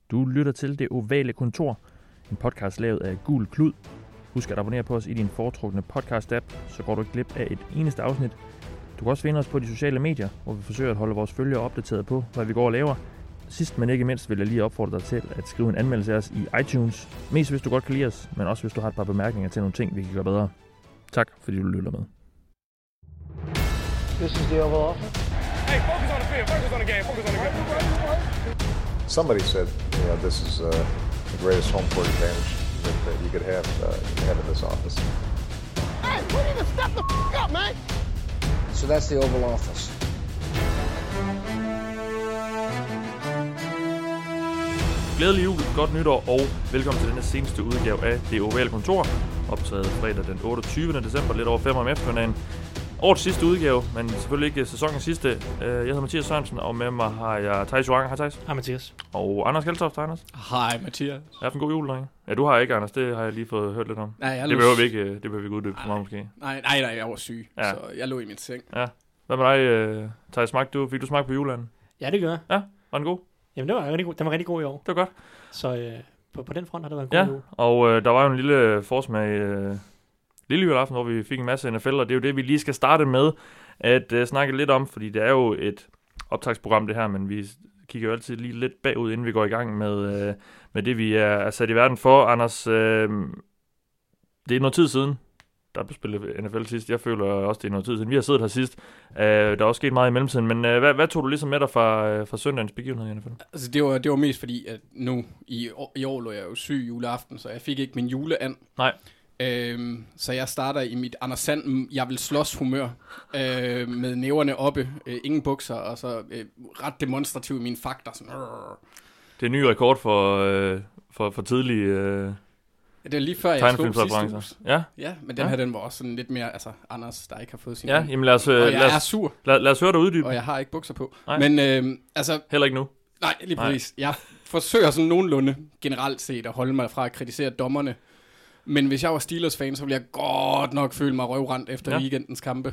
Du lytter til Det Ovale Kontor, en podcast lavet af Gul Klud. Husk at abonnere på os i din foretrukne podcast-app, så går du ikke glip af et eneste afsnit. Du kan også finde os på de sociale medier, hvor vi forsøger at holde vores følgere opdateret på, hvad vi går og laver. Sidst men ikke mindst vil jeg lige opfordre dig til at skrive en anmeldelse af os i iTunes. Mest hvis du godt kan lide os, men også hvis du har et par bemærkninger til nogle ting, vi kan gøre bedre. Tak fordi du lytter med. This is the Oval Office. Hey, focus on the field, focus on the game, focus on the game. Somebody said, this is the greatest home court advantage that you could have in this office. Hey, we need to step the up, man. So that's the Oval Office. Glædelig jul, godt nytår og velkommen til denne seneste udgave af Det Ovale Kontor. Optaget fredag den 28. december, lidt over 5 om eftermiddagen. Årets sidste udgave, men selvfølgelig ikke sæsonens sidste. Jeg hedder Mathias Sørensen, og med mig har jeg Thijs Joanger. Hej Thijs. Hej Mathias. Og Anders Kjeldtoft. Hej Anders. Hej Mathias. Jeg har haft en god jul, drenge. Ja, du har ikke, Anders. Det har jeg lige fået hørt lidt om. Nej, det behøver vi ikke, det behøver vi ikke uddybe for meget måske. Nej, jeg var syg, så jeg lå i min seng. Ja. Hvad med dig, Thijs? Fik du smagt på juleanden? Ja, det gør jeg. Ja, var den god? Jamen, den var rigtig god i år. Det var godt. Så på den front har det været en god jul. Og der var jo en lille forsmag lille juleaften, hvor vi fik en masse NFL, og det er jo det, vi lige skal starte med at snakke lidt om, fordi det er jo et optagsprogram det her, men vi kigger jo altid lige lidt bagud, inden vi går i gang med det, vi er sat i verden for. Anders, det er noget tid siden, der blev spillet NFL sidst. Jeg føler også, det er noget tid siden. Vi har siddet her sidst. Der er også sket meget i mellemtiden, men hvad tog du ligesom med dig fra søndagens begivenhed i NFL? Altså, det var mest fordi, at nu i år lå jeg jo syg juleaften, så jeg fik ikke min juleand. Nej. Så jeg starter i mit Anders Sand, jeg vil slås humør, med næverne oppe, ingen bukser, og så ret demonstrativ i mine fakter. Sådan, Det er en ny rekord for tidlige det er lige før jeg slog sidste uge. Ja, men den her, den var også sådan lidt mere, altså Anders, der ikke har fået sin... Ja, jamen lad os... og jeg er sur. Lad os høre dig uddybe. Og jeg har ikke bukser på. Nej. Men altså... Heller ikke nu. Nej, lige præcis. Jeg forsøger sådan nogenlunde generelt set at holde mig fra at kritisere dommerne. Men hvis jeg var Steelers-fan, så ville jeg godt nok føle mig røvrendt efter weekendens kampe.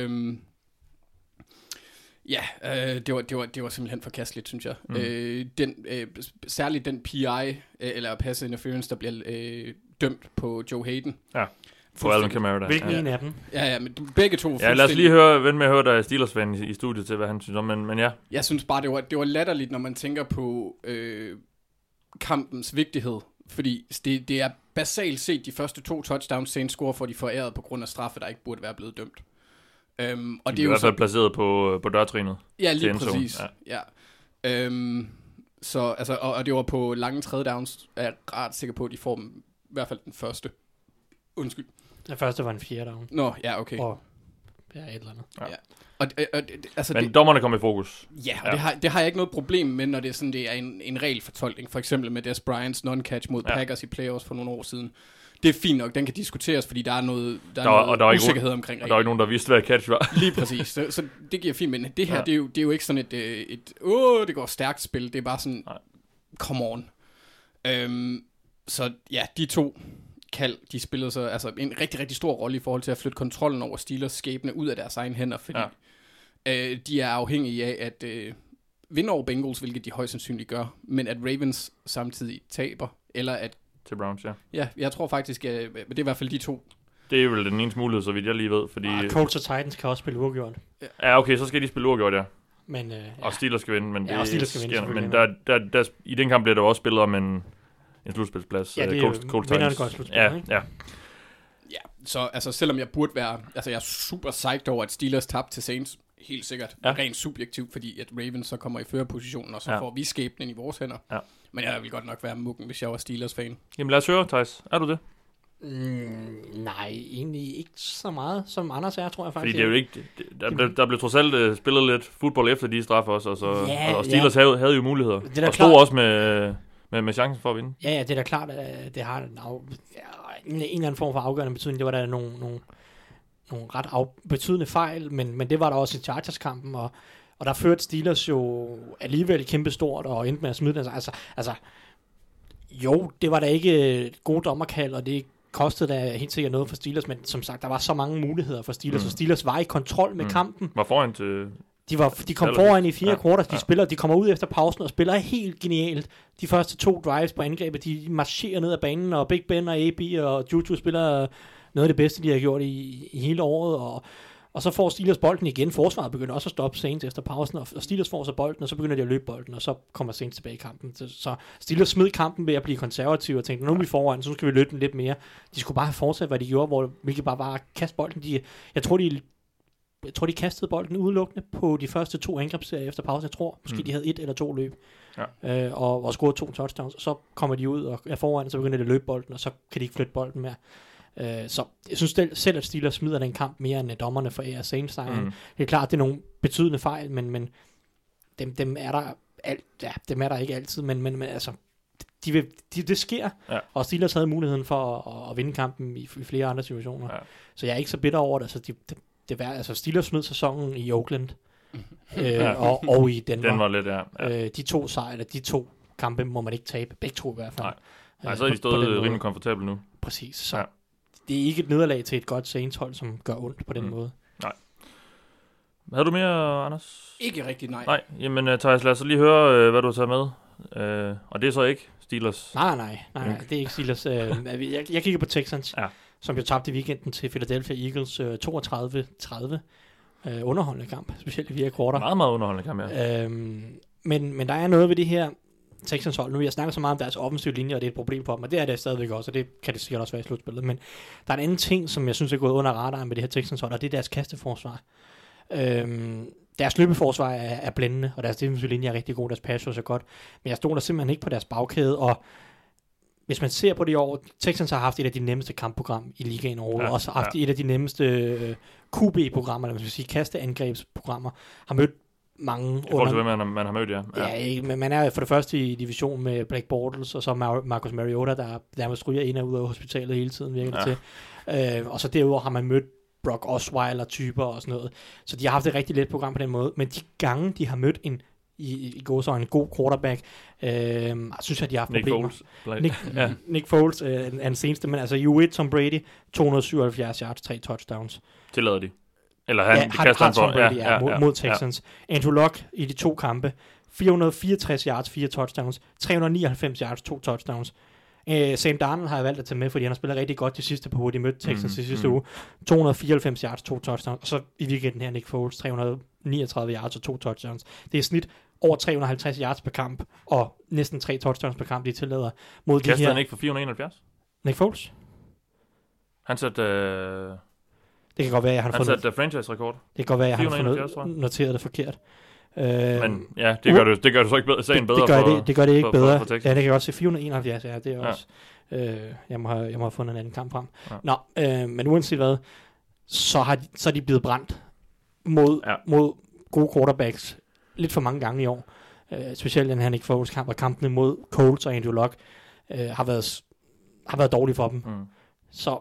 Det var simpelthen forkasteligt, synes jeg. Særligt den PI, eller pass interference, der bliver dømt på Joe Hayden. Ja, på Alvin Kamara. Hvilken en af dem? Ja, men begge to. Ja, lad os lige vende med at høre dig Steelers-fan i studiet til, hvad han synes om, men ja. Jeg synes bare, det var latterligt, når man tænker på kampens vigtighed. Fordi det er basalt set de første 2 touchdowns, Saints score, for de foræret på grund af straffe, der ikke burde være blevet dømt. Og det er i hvert fald placeret på dørtrinet. Ja, lige præcis. Ja. Så altså, og det var på lange tredje downs, er jeg ret sikker på, at de får dem, i hvert fald den første. Undskyld. Den første var en 4. down. Nå, ja, okay. Og et eller andet. Ja. Altså men dommerne kom i fokus. Ja, og det har jeg ikke noget problem med, når det er sådan, det er en regelfortolkning. For eksempel med Des Bryants non-catch mod Packers i playoffs for nogle år siden. Det er fint nok, den kan diskuteres, fordi der er noget usikkerhed omkring reglen. Og der er ikke nogen, der vidste, hvad catch var. Lige præcis, så det giver fint, men det her, det er jo ikke sådan et det går stærkt spil, det er bare sådan, come on. Så ja, de to kald, de spillede så altså en rigtig, rigtig stor rolle i forhold til at flytte kontrollen over Steelers skæbne ud af deres egen hænder, fordi de er afhængige af at vinde over Bengals, hvilket de højst sandsynligt gør, men at Ravens samtidig taber, eller at til Browns, Ja, jeg tror faktisk, det er i hvert fald de to. Det er vel den eneste mulighed, så vidt jeg lige ved, fordi... Colts og Titans kan også spille uafgjort. Ja, okay, så skal de spille uafgjort, ja. Men, og Steelers skal vinde, men og Steelers skal vinde, men der, i den kamp bliver der også spillet om en slutspilsplads. Ja, det er Colts vinderne går slutspil, ja. Ja, så altså, selvom jeg burde være... Altså, jeg er super psyched over, at Steelers tabte til Saints. Helt sikkert. Rent subjektivt, fordi at Ravens så kommer i førerpositionen, og så får vi skæbnen i vores hænder. Ja. Men jeg vil godt nok være muggen, hvis jeg var Steelers-fan. Jamen lad os høre, Thijs. Er du det? Nej, egentlig ikke så meget, som Anders er, tror jeg faktisk. Fordi det er jo ikke... Der blev trods alt spillet lidt fodbold efter de straffe også, og Steelers havde jo muligheder. Og stod også med chancen for at vinde. Ja, det er da klart, at det har en eller anden form for afgørende betydning. Det var der nogle ret betydende fejl, men det var der også i Chargers-kampen, og der førte Steelers jo alligevel kæmpe stort, og endte med at smide den. Altså, jo, det var da ikke gode dommerkald, og det kostede da helt sikkert noget for Steelers, men som sagt, der var så mange muligheder for Steelers, og Steelers var i kontrol med kampen. Var foran til De kom foran i 4 kvarter, de kommer ud efter pausen og spiller helt genialt. De første 2 drives på angrebet, de marcherer ned ad banen, og Big Ben og AB og Juju spiller noget af det bedste, de har gjort i hele året, og så får Steelers bolden igen. Forsvaret begynder også at stoppe Saints efter pausen, og Steelers får så bolden, og så begynder de at løbe bolden, og så kommer Saints tilbage i kampen. Så Steelers smed kampen ved at blive konservative og tænkte, nu er vi foran, så skal vi løbe den lidt mere. De skulle bare have fortsat, hvad de gjorde, hvilket bare var at kaste bolden. Jeg tror, de kastede bolden udelukkende på de første 2 angrebsserier efter pausen. Jeg tror, måske de havde 1 eller 2 løb. Ja. Og scorede 2 touchdowns. Så kommer de ud og er foran, så begynder de at løbe bolden, og så kan de ikke flytte bolden mere. Så jeg synes selv, at Steelers smider den kamp mere end dommerne for AR Saints sejren. Det er klart, det er nogle betydende fejl, men dem er der dem er der ikke altid, men altså det sker, og Steelers havde muligheden for at vinde kampen i flere andre situationer. Ja. Så jeg er ikke så bitter over det. Altså Steelers smed sæsonen i Oakland og i Denver. Den var lidt, ja. De 2 sejre, de 2 kampe må man ikke tabe. Begge 2 i hvert fald. Nej, så er de stået rimelig komfortabelt nu. Præcis, så det er ikke et nederlag til et godt Saints-hold, som gør ondt på den måde. Nej. Havde du mere, Anders? Ikke rigtigt, nej. Nej, jamen Thijs, lad os lige høre, hvad du har taget med. Og det er så ikke Steelers? Nej, det er ikke Steelers. Jeg kigger på Texans, som jo tabte i weekenden til Philadelphia Eagles 32-30. Underholdende kamp, specielt i 4 kvarter. Meget, meget underholdende kamp, ja. Men der er noget ved det her Texans hold. Nu har jeg snakket så meget om deres offensive linje, og det er et problem for dem, og det er det stadigvæk også, og det kan det sikkert også være i slutspillet. Men der er en anden ting, som jeg synes er gået under radaren med det her Texans hold, og det er deres kasteforsvar. Deres løbeforsvar er blændende, og deres defensive linje er rigtig god, deres pass er godt, men jeg stoler simpelthen ikke på deres bagkæde, og hvis man ser på det i år, Texans har haft et af de nemmeste kampprogram i ligaen overhovedet, og også haft et af de nemmeste QB-programmer, eller man skal sige kasteangrebsprogrammer, har mødt mange i forhold til, hvad man har mødt, ja, men man er for det første i division med Blake Bortles, og så Marcus Mariota, der nærmest ryger ind og ud af hospitalet hele tiden, virker det til. Og så derudover har man mødt Brock Osweiler-typer og sådan noget. Så de har haft et rigtig let program på den måde. Men de gange, de har mødt en god quarterback, synes jeg, de har haft problemer. Nick Foles er den seneste, men altså U1 Tom Brady, 277 yards, 3 touchdowns. Tillader de. Eller han kaster han for. Brady, mod Texans. Andrew Luck i de 2 kampe, 464 yards, 4 touchdowns, 399 yards, 2 touchdowns. Sam Darnold har jeg valgt at tage med, fordi han har spillet rigtig godt de sidste par uger. De mødte Texans i sidste uge. 294 yards, 2 touchdowns. Og så i weekenden her Nick Foles, 339 yards og 2 touchdowns. Det er snit over 350 yards per kamp, og næsten 3 touchdowns per kamp, de tillader mod de her. Kaster han ikke for 471? Nick Foles? Han satte... Det kan godt være, jeg har fundet... Han satte franchise-rekord. Det kan godt være, jeg har noteret det forkert. Men ja, det gør du så ikke bedre, sagen bedre det gør det ikke bedre. Ja, det kan godt se 471, ja, det er også... Jeg må have fundet en anden kamp frem. Ja. Men uanset hvad, så er de blevet brændt mod gode quarterbacks lidt for mange gange i år. Specielt den her Nick Foles kamp, og kampene mod Colts og Andrew Luck har været dårlige for dem. Så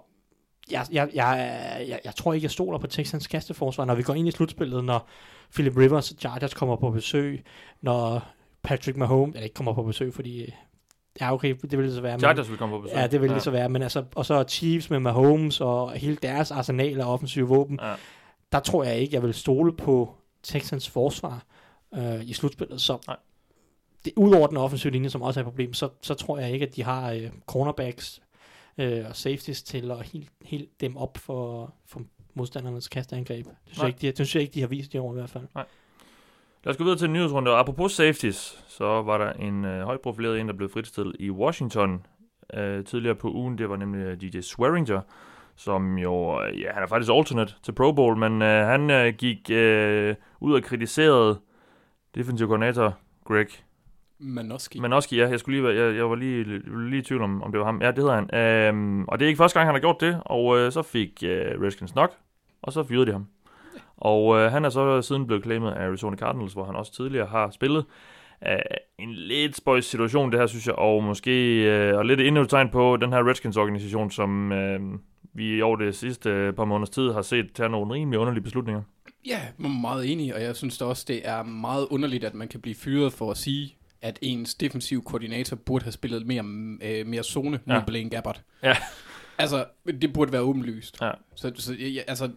jeg tror ikke, jeg stoler på Texans kasteforsvar, når vi går ind i slutspillet, når Philip Rivers og Chargers kommer på besøg, når Patrick Mahomes, eller ikke kommer på besøg, fordi... Ja, okay, det vil det så være. Chargers vil komme på besøg. Ja, det vil det så være, men altså... Og så Chiefs med Mahomes og hele deres arsenal af offensive våben. Ja. Der tror jeg ikke, jeg vil stole på Texans forsvar i slutspillet, så... Udover den offensive linje, som også er et problem, så tror jeg ikke, at de har cornerbacks og safeties til at helt dem op for modstandernes kasteangreb. Det synes jeg ikke, de har vist i år i hvert fald. Nej. Lad os gå videre til en nyhedsrunde. Og apropos safeties, så var der en højt profileret en, der blev fritstillet i Washington tidligere på ugen. Det var nemlig DJ Swearinger, som jo, han er faktisk alternate til Pro Bowl, men han gik ud og kritiserede defensive koordinator Greg Manoski, ja. Jeg var lige i tvivl om det var ham. Ja, det hedder han. Og det er ikke første gang, han har gjort det, og så fik Redskins nok, og så fyrede de ham. Og han er så siden blevet claimet af Arizona Cardinals, hvor han også tidligere har spillet. En lidt spøjs situation, det her, synes jeg, og måske og lidt endnu tegn på den her Redskins-organisation, som vi over det sidste par måneders tid har set tage nogle rimelig underlige beslutninger. Ja, jeg er meget enig, og jeg synes da også, det er meget underligt, at man kan blive fyret for at sige, at ens defensiv koordinator burde have spillet mere zone mod Blaine Gabbert. Ja. Altså, det burde være åbenlyst. Ja. Så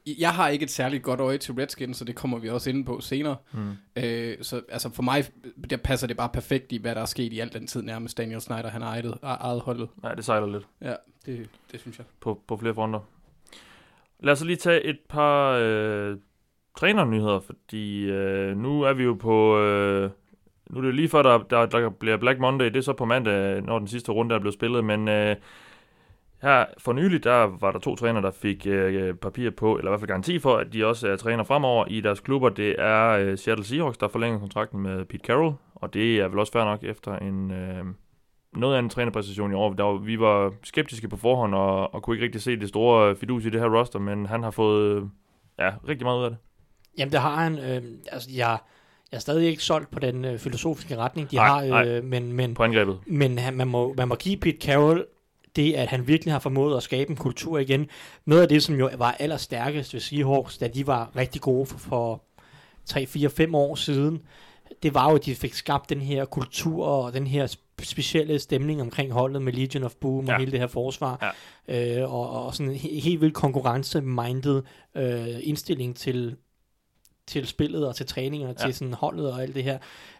jeg har ikke et særligt godt øje til Redskins, så det kommer vi også inde på senere. Så altså for mig, der passer det bare perfekt i, hvad der er sket i al den tid nærmest. Daniel Snyder, han har ejet holdet. Ja, det sejler lidt. Ja, det synes jeg. På flere fronter. Lad os lige tage et par trænernyheder, fordi nu er vi jo på... nu er det lige før, der bliver Black Monday. Det er så på mandag, når den sidste runde er blevet spillet, men... her for nylig, der var der 2 trænere, der fik papir på, eller i hvert fald garanti for, at de også er træner fremover i deres klubber. Det er Seattle Seahawks, der forlænger kontrakten med Pete Carroll, og det er vel også fair nok efter en noget af en trænerpræstation i år. Vi var skeptiske på forhånd, og kunne ikke rigtig se det store fidus i det her roster, men han har fået rigtig meget ud af det. Jamen, det har han. Jeg er stadig ikke solgt på den filosofiske retning, de har, men på angrebet. Men man må give Pete Carroll det, at han virkelig har formået at skabe en kultur igen. Noget af det, som jo var allerstærkest ved Seahawks, da de var rigtig gode for 3, 4, 5 år siden, det var jo, at de fik skabt den her kultur og den her specielle stemning omkring holdet med Legion of Boom og hele det her forsvar. Ja. Og sådan en helt vildt konkurrence-minded indstilling til spillet og til træningerne, til sådan holdet og alt det her.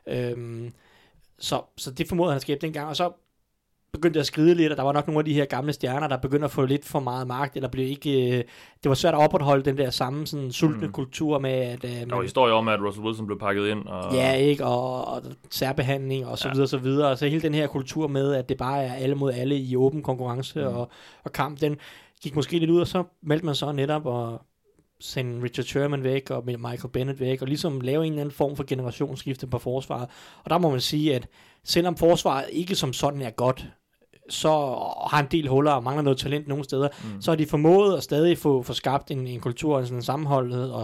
Så det formåede han at skabe dengang, og så begyndte at skride lidt, og der var nok nogle af de her gamle stjerner, der begyndte at få lidt for meget magt, eller blev ikke... det var svært at opretholde den der samme sådan sultne kultur med, at... der var historier om, at Russell Wilson blev pakket ind, og... Ja, ikke, og særbehandling, og så videre, så videre. Og så hele den her kultur med, at det bare er alle mod alle i åben konkurrence og kamp, den gik måske lidt ud, og så meldte man så netop og sende Richard Sherman væk, og Michael Bennett væk, og ligesom lave en eller anden form for generationsskifte på forsvaret. Og der må man sige, at selvom forsvaret ikke som sådan er godt, så har en del huller og mangler noget talent nogle steder, så har de formået at stadig få skabt en kultur, en sådan sammenholdenhed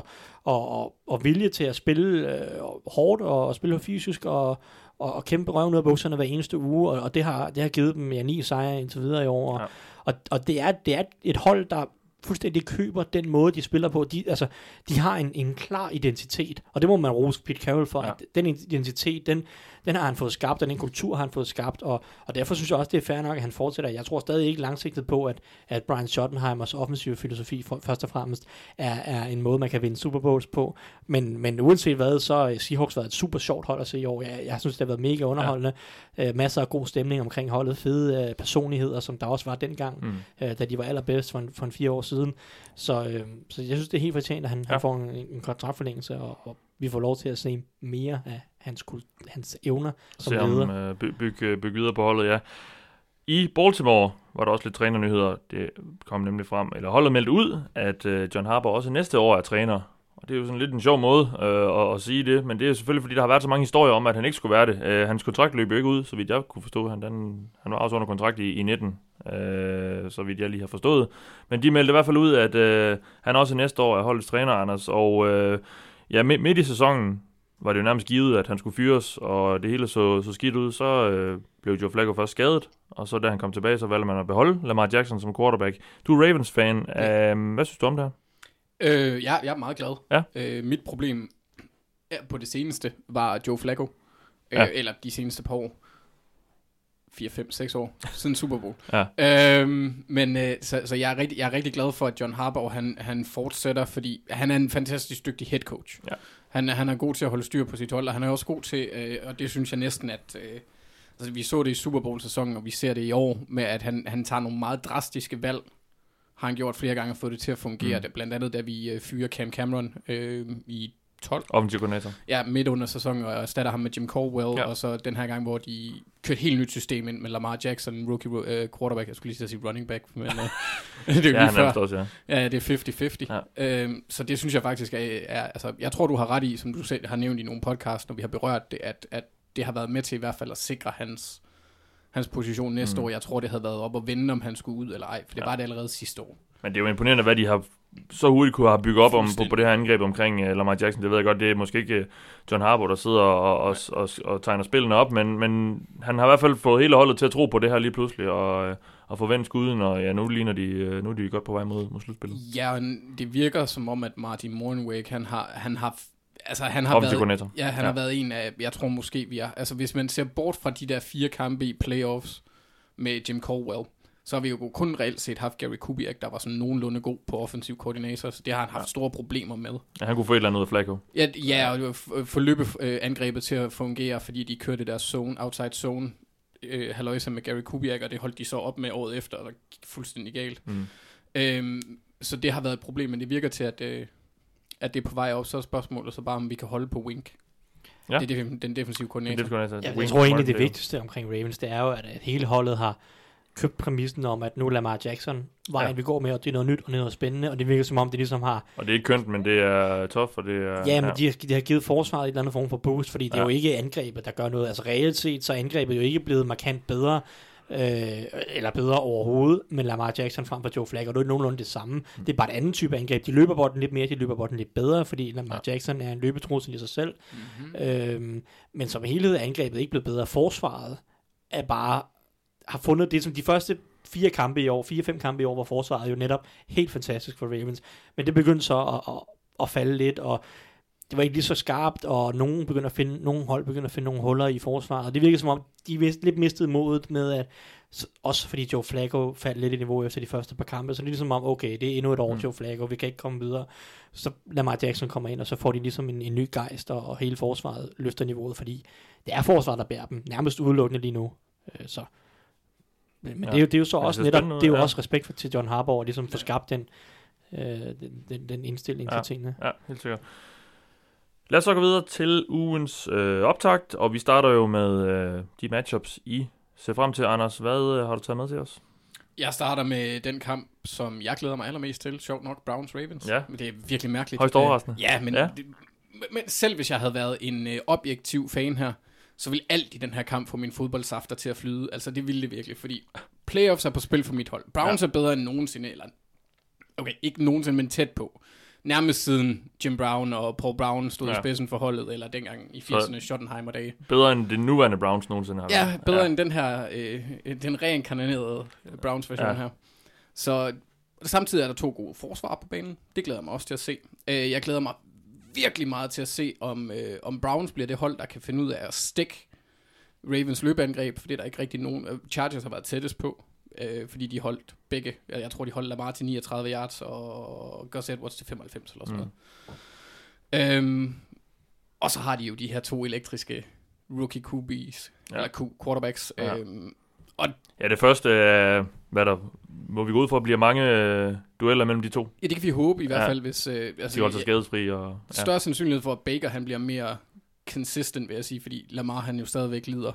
og vilje til at spille hårdt og spille fysisk og kæmpe røven ud af bukserne hver eneste uge, og det har givet dem 9 sejre indtil videre i år. Og det er et hold, der fuldstændig køber den måde, de spiller på. De har en klar identitet, og det må man rose Pete Carroll for. At den identitet, den har han fået skabt, og den kultur har han fået skabt, og derfor synes jeg også, det er fair nok, at han fortsætter. Jeg tror stadig ikke langsigtet på, at Brian Schottenheimers offensive filosofi først og fremmest er en måde, man kan vinde Super Bowls på. Men uanset hvad, så har Seahawks været et super sjovt hold at se i år. Jeg synes, det har været mega underholdende. Masser af god stemning omkring holdet, fede personligheder, som der også var dengang, da de var allerbedst for en 4 år siden. Så jeg synes, det er helt fortjent, at han får en kontraktforlængelse, og vi får lov til at se mere af hans evner som leder. Bygge videre på holdet, ja. I Baltimore var der også lidt trænерnyheder. Det kom nemlig frem, eller holdet meldte ud, at John Harbaugh også næste år er træner. Og det er jo sådan lidt en sjov måde at sige det, men det er jo selvfølgelig, fordi der har været så mange historier om, at han ikke skulle være det. Hans kontrakt løb jo ikke ud, så vidt jeg kunne forstå. Han var også under kontrakt i 19, så vidt jeg lige har forstået. Men de meldte i hvert fald ud, at han også næste år er holdets træner, Anders. Og midt i sæsonen var det jo nærmest givet, at han skulle fyres, og det hele så skidt ud. Så blev Joe Flacco først skadet, og så da han kom tilbage, så valgte man at beholde Lamar Jackson som quarterback. Du er Ravens-fan. Hvad synes du om det her? Jeg er meget glad. Ja. Mit problem på det seneste var Joe Flacco. Eller de seneste par år. 4, 5, 6 år siden Super Bowl. Ja. Så jeg er rigtig glad for, at John Harbaugh han fortsætter, fordi han er en fantastisk dygtig head coach. Ja. Han er god til at holde styr på sit hold, og han er også god til, og det synes jeg næsten, at vi så det i Super Bowl-sæsonen, og vi ser det i år, med at han tager nogle meget drastiske valg, har han gjort flere gange og fået det til at fungere. Det, blandt andet, da vi fyrer Cam Cameron i 12. Offensive coordinator. Ja, midt under sæsonen, og erstatter ham med Jim Caldwell, og så den her gang, hvor de kørte helt nyt system ind med Lamar Jackson, rookie quarterback, jeg skulle lige sige running back, men det er jo lige før. Også, ja, det er 50-50. Ja. Så det synes jeg faktisk er altså, jeg tror, du har ret i, som du selv har nævnt i nogle podcasts, når vi har berørt det, at det har været med til i hvert fald at sikre hans position næste år. Jeg tror, det havde været op at vende, om han skulle ud eller ej, for det var det allerede sidste år. Men det er jo imponerende, hvad de har så hurtigt kunne have bygget op på det her angreb omkring Lamar Jackson. Det ved jeg godt, det er måske ikke John Harbaugh, der sidder og tegner spillene op, men han har i hvert fald fået hele holdet til at tro på det her lige pludselig, og forvente skuden, og nu ligner nu er de godt på vej mod slutspillet. Ja, og det virker som om, at Martin Mornweg, han har været en af, jeg tror måske, hvis man ser bort fra de der 4 kampe i playoffs med Jim Caldwell, så har vi jo kun reelt set haft Gary Kubiak, der var sådan nogenlunde god på offensiv koordinator, så det har han haft store problemer med. Ja, han kunne få et eller andet ud af Flacco. Ja, og få løbeangrebet til at fungere, fordi de kørte deres outside zone, halløjsa med Gary Kubiak, og det holdt de så op med året efter, og der gik fuldstændig galt. Så det har været et problem, men det virker til, at det er på vej op. Så er spørgsmålet så bare, om vi kan holde på Wink. Ja. Det er den defensive koordinator. Jeg tror egentlig, det vigtigste omkring Ravens, det er jo, at hele holdet har købt præmissen om, at nu Lamar Jackson vejen vi går med, og det er noget nyt og noget spændende, og det virker som om, det ligesom har... Og det er ikke kønt, men det er tough, og det er... Ja, men de har givet forsvaret et eller andet form for boost, fordi det er jo ikke angrebet, der gør noget. Altså reelt set, så er angrebet jo ikke blevet markant bedre, eller bedre overhovedet, men Lamar Jackson frem for Joe Flacco, det er nogenlunde det samme. Det er bare et andet type angreb. De løber bolden lidt mere, de løber bolden lidt bedre, fordi Lamar Jackson er en løbetrussel i sig selv. Men som helhed er angrebet ikke blevet bedre. Forsvaret er bare har fundet det, som de første 4-5 kampe i år, hvor forsvaret jo netop helt fantastisk for Ravens. Men det begyndte så at falde lidt, og det var ikke lige så skarpt, og nogle hold begynder at finde nogle huller i forsvaret. Og det virker som om, de lidt mistede modet med, at også fordi Joe Flacco faldt lidt i niveau efter de første par kampe, så det er ligesom om, okay, det er endnu et år Joe Flacco, vi kan ikke komme videre. Så Lamar Jackson kommer ind, og så får de ligesom en ny gejst, og hele forsvaret løfter niveauet, fordi det er forsvaret, der bærer dem nærmest udelukkende lige nu. Men det er jo så også netop, det er jo også respekt til John Harbaugh, ligesom få skabt den indstilling til tingene. Ja, helt sikkert. Lad os så gå videre til ugens optakt, og vi starter jo med de matchups, I ser frem til. Anders, hvad har du taget med til os? Jeg starter med den kamp, som jeg glæder mig allermest til, sjovt nok, Browns-Ravens. Ja. Men det er virkelig mærkeligt. Højst overraskende. Ja, men selv hvis jeg havde været en objektiv fan her, så vil alt i den her kamp få mine fodboldsafter til at flyde. Altså, det ville det virkelig, fordi playoffs er på spil for mit hold. Browns er bedre end nogensinde, eller okay, ikke nogensinde, men tæt på. Nærmest siden Jim Brown og Paul Brown stod i spidsen for holdet, eller dengang i 80'erne, Schottenheimer-dage. Bedre end det nuværende Browns nogensinde har været. Ja, bedre end den her, den reinkarnerede Browns-version her. Så samtidig er der 2 gode forsvar på banen. Det glæder mig også til at se. Jeg glæder mig virkelig meget til at se, om Browns bliver det hold, der kan finde ud af at stikke Ravens løbeangreb, fordi der er ikke rigtig nogen... Chargers har været tættest på, fordi de holdt begge. Jeg tror, de holdt Lamar til 39 yards, og Gus Edwards til 95 eller sådan noget. Og så har de jo de her 2 elektriske rookie QB's, eller quarterbacks. Det første er, hvad der må vi gå ud for, bliver mange dueller mellem de 2. Ja, det kan vi håbe i hvert fald, hvis... de holder sig skadesfri. Større sandsynlighed for, at Baker han bliver mere consistent, vil jeg sige, fordi Lamar han jo stadigvæk lider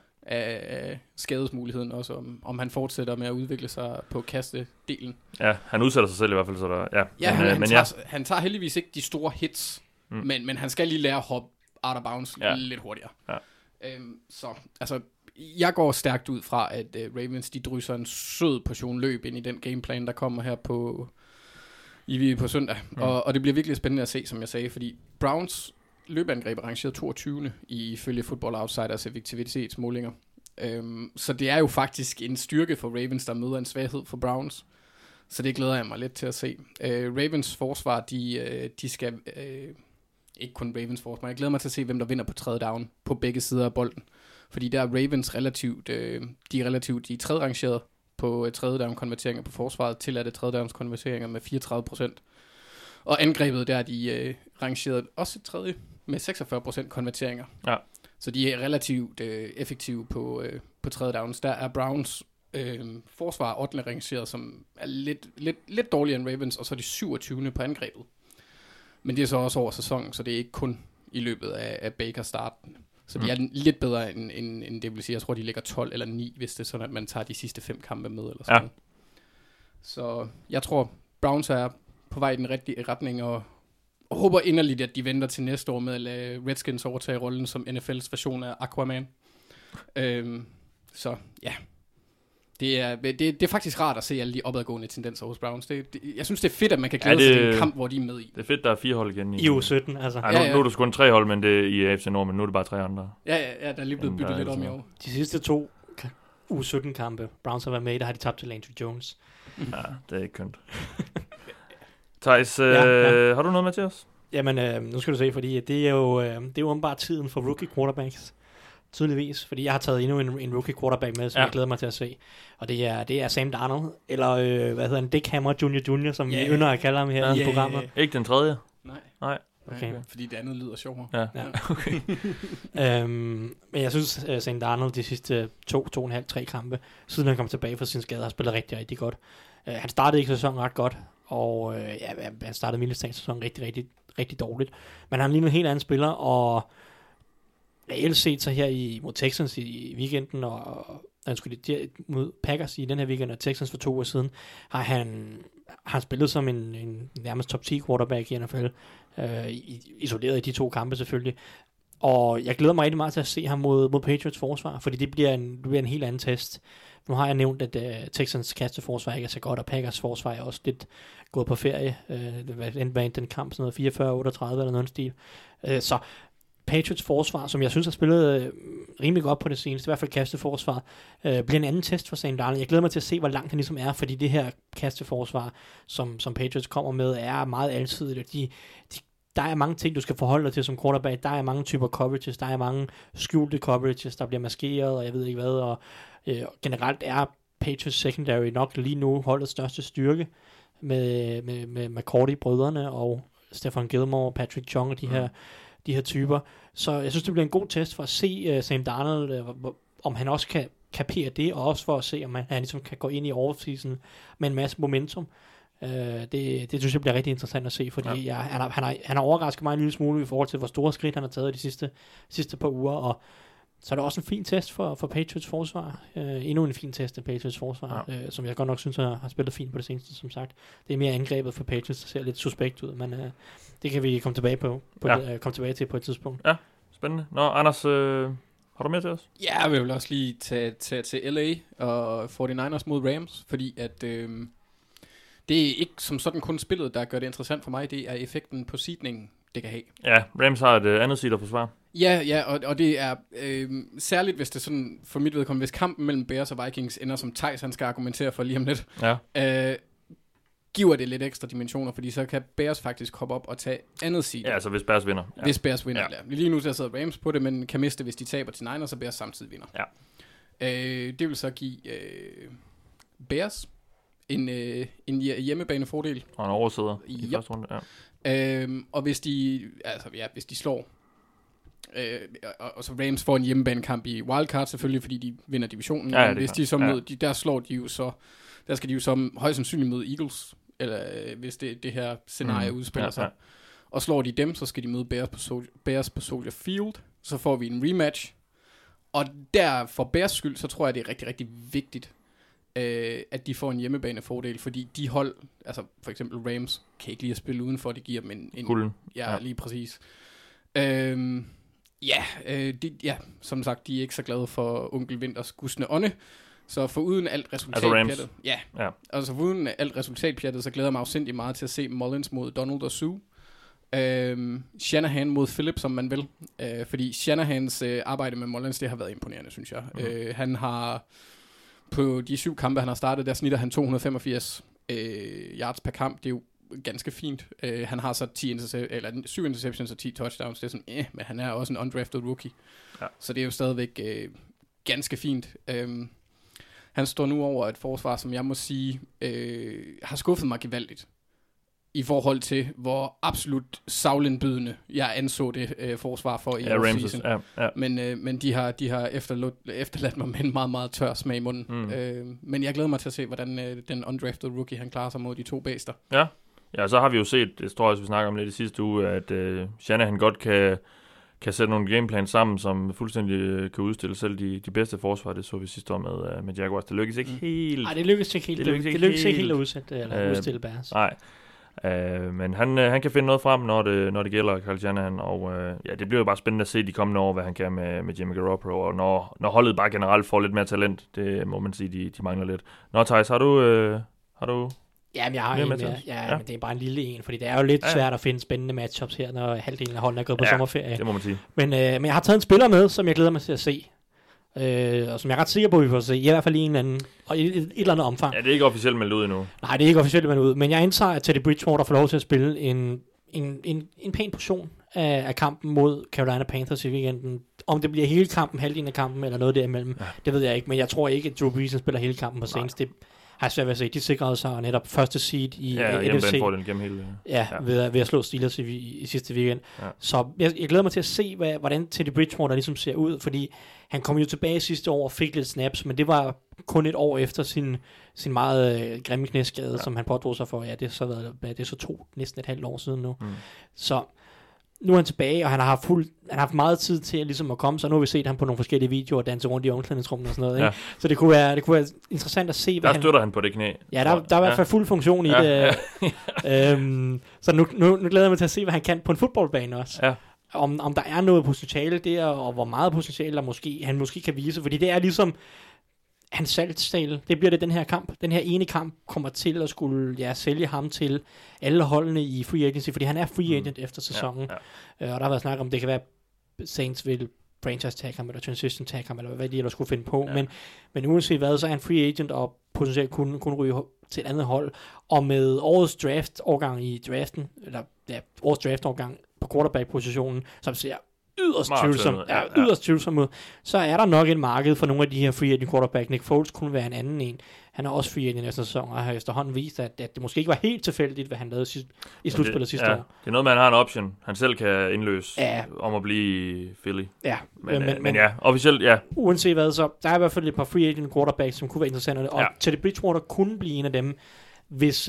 af skadesmuligheden, også om han fortsætter med at udvikle sig på kastedelen. Ja, han udsætter sig selv i hvert fald, så der... Han tager heldigvis ikke de store hits, men han skal lige lære at hoppe out of bounds lidt hurtigere. Ja. Så, altså... Jeg går stærkt ud fra, at Ravens, de drysser en sød portion løb ind i den gameplan, der kommer her på søndag. Og det bliver virkelig spændende at se, som jeg sagde, fordi Browns løbeangreb er rangeret 22. ifølge Football Outsiders effektivitetsmålinger. Så det er jo faktisk en styrke for Ravens, der møder en svaghed for Browns. Så det glæder jeg mig lidt til at se. Ravens forsvar, de skal... ikke kun Ravens forsvar, jeg glæder mig til at se, hvem der vinder på tredje down på begge sider af bolden. Fordi der er Ravens de er tredje rangeret på tredje down konverteringer på forsvaret, tilladte tredje downs konverteringer med 34%. Og angrebet der, de rangeret også tredje med 46% konverteringer. Ja. Så de er relativt effektive på tredje downs. Der er Browns forsvar 8. rangeret, som er lidt dårligere end Ravens, og så er de 27. på angrebet. Men det er så også over sæsonen, så det er ikke kun i løbet af Baker starten. Så de er lidt bedre end det vil sige. Jeg tror, de ligger 12 eller 9, hvis det er sådan, at man tager de sidste 5 kampe med. Eller sådan. Så jeg tror, Browns er på vej i den rigtige retning, og håber inderligt, at de venter til næste år med at lade Redskins overtage rollen som NFL's version af Aquaman. Så ja, det er faktisk rart at se alle de opadgående tendenser hos Browns. Jeg synes, det er fedt, at man kan glæde sig til en kamp, hvor de er med i. Det er fedt, der er 4 hold igen i uge 17, altså. Nu er du kun 3 hold, men det er i AFC Nord, men nu er det bare 3 andre. Ja, der er lige blevet byttet lidt om i år. De sidste 2 uge 17 kampe, Browns har været med i, der har de tabt til Landry Jones. Ja, det er ikke kønt. Thijs, har du noget med til os? Jamen, nu skal du se, fordi det er jo åbenbart tiden for rookie quarterbacks. tydeligvis, fordi jeg har taget endnu en rookie quarterback med, som jeg glæder mig til at se. Og det er Sam Darnold, eller hvad hedder han, Dick Hammer Jr., som vi ynder at kalde ham her i programmet. Ikke den tredje? Nej. Okay. Fordi det andet lyder sjovere. Ja. Okay. Men jeg synes, Sam Darnold de sidste 2,5-3 kampe, siden han kom tilbage fra sin skade, har spillet rigtig, rigtig godt. Han startede ikke sæsonen ret godt, og han startede mildest talt sæsonen rigtig, rigtig, rigtig dårligt. Men han ligner en helt anden spiller, og reelt set så her mod Texans i weekenden, og mod Packers i den her weekend, og Texans for 2 uger siden, har han spillet som en nærmest top 10 quarterback i NFL, isoleret i de 2 kampe selvfølgelig. Og jeg glæder mig rigtig meget til at se ham mod Patriots forsvar, fordi det bliver en helt anden test. Nu har jeg nævnt, at Texans kasteforsvar ikke er så godt, og Packers forsvar er også lidt gået på ferie. Den kamp sådan noget 44-38 eller noget stil. Så Patriots forsvar, som jeg synes har spillet rimelig godt på det seneste, i hvert fald kasteforsvar, bliver en anden test for Sam Darnold. Jeg glæder mig til at se, hvor langt han ligesom er, fordi det her kasteforsvar, som Patriots kommer med, er meget alsidigt. Der er mange ting, du skal forholde dig til som quarterback. Der er mange typer coverages, der er mange skjulte coverages, der bliver maskeret, og jeg ved ikke hvad. Og generelt er Patriots secondary nok lige nu holdets største styrke med McCourty-brødrene og Stephon Gilmore, Patrick Chung og de her typer. Så jeg synes, det bliver en god test for at se Sam Darnold, om han også kan kapere det, og også for at se, om han ligesom kan gå ind i offseason med en masse momentum. Det synes jeg bliver rigtig interessant at se, fordi han har overrasket mig en lille smule i forhold til, hvor store skridt han har taget de sidste par uger, og så er det også en fin test for Patriots forsvar. Endnu en fin test af Patriots forsvar, som jeg godt nok synes har spillet fint på det seneste, som sagt. Det er mere angrebet for Patriots, der ser lidt suspekt ud, men det kan vi komme tilbage til på et tidspunkt. Ja, spændende. Nå, Anders, har du mere til os? Ja, jeg vil også lige tage til LA og 49ers mod Rams, fordi at det er ikke som sådan kun spillet, der gør det interessant for mig. Det er effekten på seedningen, det kan have. Ja, Rams har et andet seed at forsvare. Ja, og det er særligt, hvis det sådan, for mit vedkommende, hvis kampen mellem Bears og Vikings ender som Theis, han skal argumentere for lige om lidt, giver det lidt ekstra dimensioner, fordi så kan Bears faktisk hoppe op og tage andet seed. Ja, altså hvis Bears vinder. Ja. Hvis Bears vinder, ja. Lige nu der sidder Rams på det, men kan miste, hvis de taber til Niners, og Bears samtidig vinder. Ja. Det vil så give Bears en hjemmebanefordel. Og en oversidder i første runde, og hvis de slår og så Rams får en hjemmebanekamp i wildcard selvfølgelig, fordi de vinder divisionen. Ja, hvis de så der slår de jo så, der skal de jo så højst sandsynligt møde Eagles, eller hvis det her scenarie udspiller sig. Og slår de dem, så skal de møde Bears på Soldier Field. Så får vi en rematch. Og der for Bears skyld, så tror jeg, det er rigtig, rigtig vigtigt, at de får en hjemmebanefordel, fordi de hold, altså for eksempel Rams, kan ikke lide at spille udenfor, det giver dem en gulden. Ja, lige præcis. Som sagt, de er ikke så glade for onkel Winters gusne ånde, så foruden alt resultatpjattet, altså foruden alt resultatpjattet, så glæder jeg mig afsindigt meget til at se Mullins mod Donald og Sue. Shanahan mod Phillips, som man vil, fordi Shanahans arbejde med Mullins, det har været imponerende, synes jeg. Han har på de 7 kampe, han har startet, der snitter han 285 yards per kamp. Det er jo ganske fint. Han har så 7 interceptions og 10 touchdowns. Det er sådan, men han er også en undrafted rookie. Ja. Så det er jo stadigvæk ganske fint. Han står nu over et forsvar, som jeg må sige, har skuffet mig gevaldigt. I forhold til, hvor absolut savlindbydende jeg anså det forsvar for i season. Ja. Men de har efterladt mig med en meget, meget tør smag i munden. Men jeg glæder mig til at se, hvordan den undrafted rookie, han klarer sig mod de 2 bæster. Ja, så har vi jo set, det tror jeg også, vi snakker om lidt i sidste uge, at Shanahan godt kan sætte nogle gameplans sammen, som fuldstændig kan udstille selv de bedste forsvar. Det så vi sidste år med Jaguars. Det lykkedes ikke helt. Nej, det lykkedes ikke helt at udsætte eller udstille Bears. Nej. Men han kan finde noget frem, når det gælder Kyle Shanahan, og det bliver jo bare spændende at se de kommende år, hvad han kan med Jimmy Garoppolo, og når holdet bare generelt får lidt mere talent, det må man sige, de mangler lidt. Nå, Theis, har du Jamen, jeg har en mere. Ja, men det er bare en lille en, fordi det er jo lidt svært at finde spændende matchups her, når halvdelen af holdene er gået på sommerferie. Det må man sige. Men jeg har taget en spiller med, som jeg glæder mig til at se. Og som jeg er ret sikker på, at vi får se. I hvert fald i en anden, og i et eller andet omfang. Ja, det er ikke officielt meldt ud endnu. Nej, det er ikke officielt meldt ud. Men jeg antager, at Teddy Bridgewater får lov til at spille en pæn portion af kampen mod Carolina Panthers i weekenden. Om det bliver hele kampen, halvdelen af kampen, eller noget derimellem, det ved jeg ikke. Men jeg tror ikke, at Drew Brees spiller hele kampen på Saints. Det har jeg svært ved at se. De sikrede sig netop første seed i NFC. Ved at slå Steelers i sidste weekend. Ja. Så jeg glæder mig til at se, hvordan Teddy Bridgewater ligesom ser ud, fordi han kom jo tilbage sidste år og fik lidt snaps, men det var kun et år efter sin meget grimme knæskade, som han pådrog sig for. Ja, det er så næsten et halvt år siden nu. Så nu er han tilbage, og han har haft meget tid til ligesom at komme, så nu har vi set ham på nogle forskellige videoer, danse rundt i omklædningsrummet og sådan noget. Ikke? Så det kunne være interessant at se, hvad der støtter han på det knæ. Ja, der er i hvert fald fuld funktion i det. Så nu glæder jeg mig til at se, hvad han kan på en fodboldbane også. Ja. Om der er noget potentiale der, og hvor meget potentiale han måske kan vise, fordi det er ligesom hans salgstale, det bliver det den her kamp. Den her ene kamp kommer til at skulle sælge ham til alle holdene i free agency, fordi han er free agent efter sæsonen. Og der har været snak om, det kan være Saints vil franchise tag ham, eller transition tag ham, eller hvad de ellers skulle finde på. Men uanset hvad, så er han free agent, og potentielt kunne ryge til et andet hold. Og med årets draft-årgang i draften, eller årets draft-årgang på quarterback-positionen, som ser yderst tvivlsom ud, så er der nok et marked for nogle af de her free agent quarterback. Nick Foles kunne være en anden en. Han er også free agent efter sæson, og har efterhånden vist, at det måske ikke var helt tilfældigt, hvad han lavede i slutspillet sidste år. Det er noget, man har en option. Han selv kan indløse om at blive Philly. Ja. Men officielt, uanset hvad, så der er i hvert fald et par free agent quarterbacks, som kunne være interessante, og Teddy Bridgewater kunne blive en af dem, hvis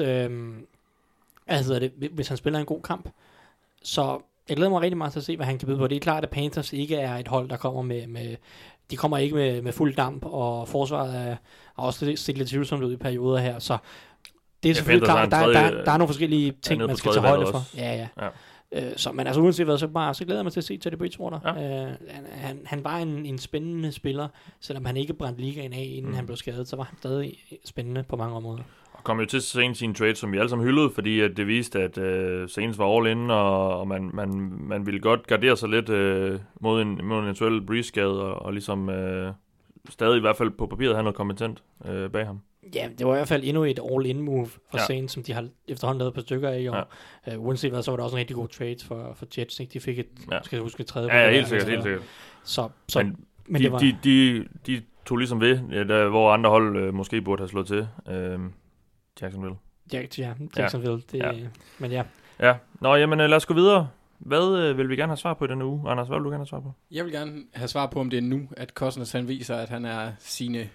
han spiller en god kamp. Så jeg glæder mig rigtig meget til at se, hvad han kan byde på. Det er klart, at Panthers ikke er et hold, der kommer med de kommer ikke med fuld damp, og forsvaret er også set lidt tvivlsomt ud i perioder her, så det er selvfølgelig klart, der er nogle forskellige ting, man skal tage højde for. Ja. Så, men altså uanset hvad, så glæder jeg mig til at se Teddy Bridgewater. Han var en spændende spiller, selvom han ikke brændte ligaen af, inden han blev skadet, så var han stadig spændende på mange områder. Og kom jo til Saints i en trade, som vi alle sammen hyldede, fordi at det viste, at Saints var all in, og man ville godt gardere sig lidt mod en eventuel Breeze-skade, og ligesom stadig i hvert fald på papiret have noget kompetent bag ham. Ja, det var i hvert fald endnu et all-in-move for Saints, som de har efterhånden lavet på stykker af, og uanset hvad, så var der også en rigtig god trade for Jets, ikke? De fik skal jeg huske, et tredje. Ja, helt sikkert. Så men det var... de tog ligesom ved, hvor andre hold måske burde have slået til. Jacksonville. Jacksonville. Men ja. Ja, jamen lad os gå videre. Hvad vil vi gerne have svar på i denne uge? Anders, hvad vil du gerne have svar på? Jeg vil gerne have svar på, om det er nu, at Cousins han viser, at han er sine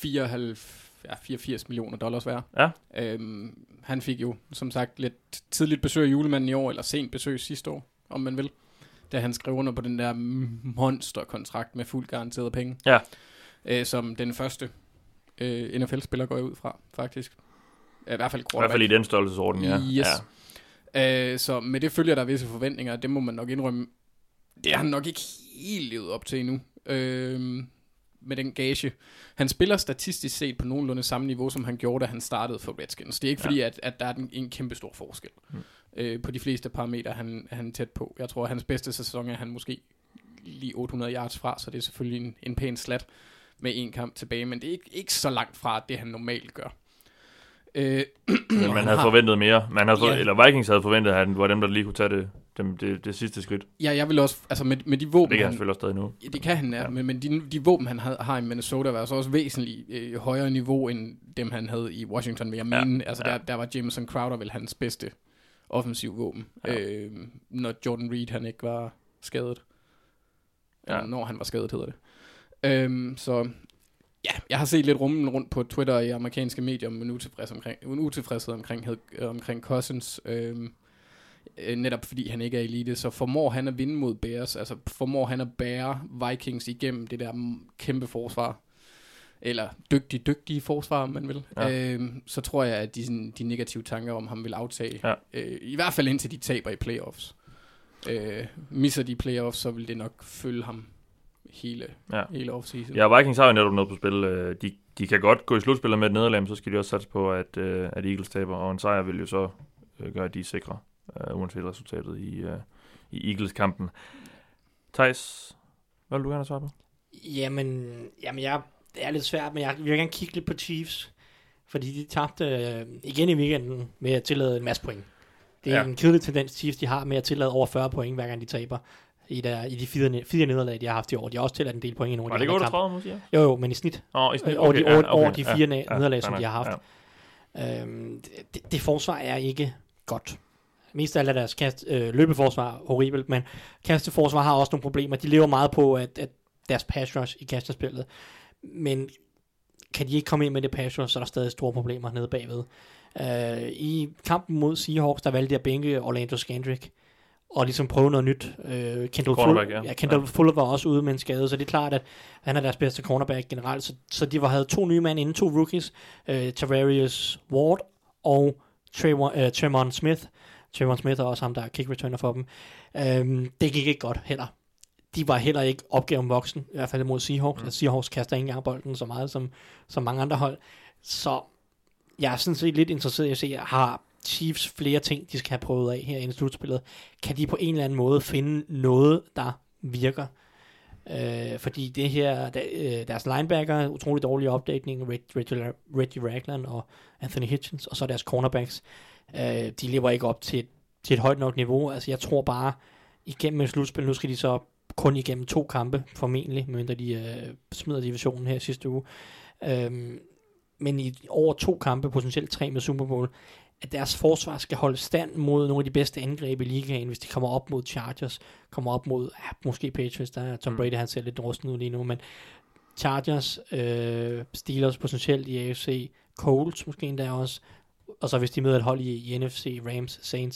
84 millioner dollars værd. Ja. Han fik jo, som sagt, lidt tidligt besøg af julemanden i år, eller sent besøg sidste år, om man vil. Da han skrev under på den der monsterkontrakt med fuld garanteret penge. Ja. Som den første NFL-spiller går jeg ud fra, faktisk. I hvert fald i den størrelsesorden, ja. Yes. Ja. Så med det følger der visse forventninger, det må man nok indrømme. Det har han nok ikke helt levet op til endnu. Med den gage. Han spiller statistisk set på nogenlunde samme niveau, som han gjorde, da han startede for Redskins. Det er ikke fordi, at der er en kæmpe stor forskel. På de fleste parametre han er tæt på. Jeg tror, at hans bedste sæson er han måske lige 800 yards fra, så det er selvfølgelig en pæn slat med en kamp tilbage, men det er ikke så langt fra det, han normalt gør. Men man havde forventet mere. Eller Vikings havde forventet, at han var dem, der lige kunne tage det sidste skridt. Ja, jeg vil også, altså med de våben... Det kan han selvfølgelig også stadig nu. Det kan han, ja. Men de våben, han har i Minnesota, var så også væsentligt højere niveau, end dem, han havde i Washington, vil jeg mene. Altså, der var Jameson Crowder vel hans bedste offensiv våben, når Jordan Reed, han ikke var skadet. Eller når han var skadet, hedder det. Så... Ja, jeg har set lidt rummen rundt på Twitter i amerikanske medier om en utilfredshed omkring Cousins, netop fordi han ikke er elite, så formår han at vinde mod Bears, altså formår han at bære Vikings igennem det der kæmpe forsvar, eller dygtige forsvar, om man vil, så tror jeg, at de negative tanker om ham vil aftage, i hvert fald indtil de taber i playoffs. Misser de playoffs, så vil det nok følge ham hele offseason. Ja, Vikings har jo netop noget på spil. De kan godt gå i slutspillet med et nederlag, men så skal de også satse på, at Eagles taber, og en sejr vil jo så gøre, at de er sikre, uanset resultatet i Eagles-kampen. Theis, hvad vil du gerne svare på? Jamen det er lidt svært, men jeg vil gerne kigge lidt på Chiefs, fordi de tabte igen i weekenden med at tillade en masse point. Det er en kedelig tendens, Chiefs de har med at tillade over 40 point, hver gang de taber. i de fire nederlag, de har haft i år. De har også tilladt en del point i nogle af de andre kampe. Var det ikke 38, siger? Jo, men i snit. I snit. Okay, over de fire nederlag, som de har haft. Ja. Det forsvar er ikke godt. Mest af alt er deres løbeforsvar horribelt, men kasteforsvar har også nogle problemer. De lever meget på, at deres pass rush i kastespillet. Men kan de ikke komme ind med det pass rush, så er der stadig store problemer nede bagved. I kampen mod Seahawks, der valgte de at bænke Orlando Scandrick, og ligesom prøve noget nyt. Kendall Fuller var også ude med en skade, så det er klart, at han er deres bedste cornerback generelt. Så de havde 2 nye mand inden, 2 rookies, Tavarius Ward og Tremon Smith. Tremon Smith er også ham, der er kick returner for dem. Det gik ikke godt heller. De var heller ikke opgaven voksen, i hvert fald mod Seahawks. Seahawks kaster ikke engang bolden så meget som mange andre hold. Så jeg er sådan set lidt interesseret i at se, har Chiefs flere ting, de skal have prøvet af her i slutspillet. Kan de på en eller anden måde finde noget, der virker? Fordi det her, deres linebacker, utrolig dårlig opdækning, Reggie Ragland og Anthony Hitchens, og så deres cornerbacks, de lever ikke op til et højt nok niveau. Altså jeg tror bare, igennem et slutspil, nu skal de så kun igennem 2 kampe, formentlig, medmindre de smider divisionen her sidste uge. Men i over 2 kampe, potentielt 3 med Super Bowl, at deres forsvar skal holde stand mod nogle af de bedste angreb i ligaen, hvis de kommer op mod Chargers, kommer op mod, måske Patriots, der er Tom Brady, han ser lidt rusten ud lige nu, men Chargers, Steelers potentielt i AFC, Colts måske endda også, og så hvis de møder et hold i NFC, Rams, Saints.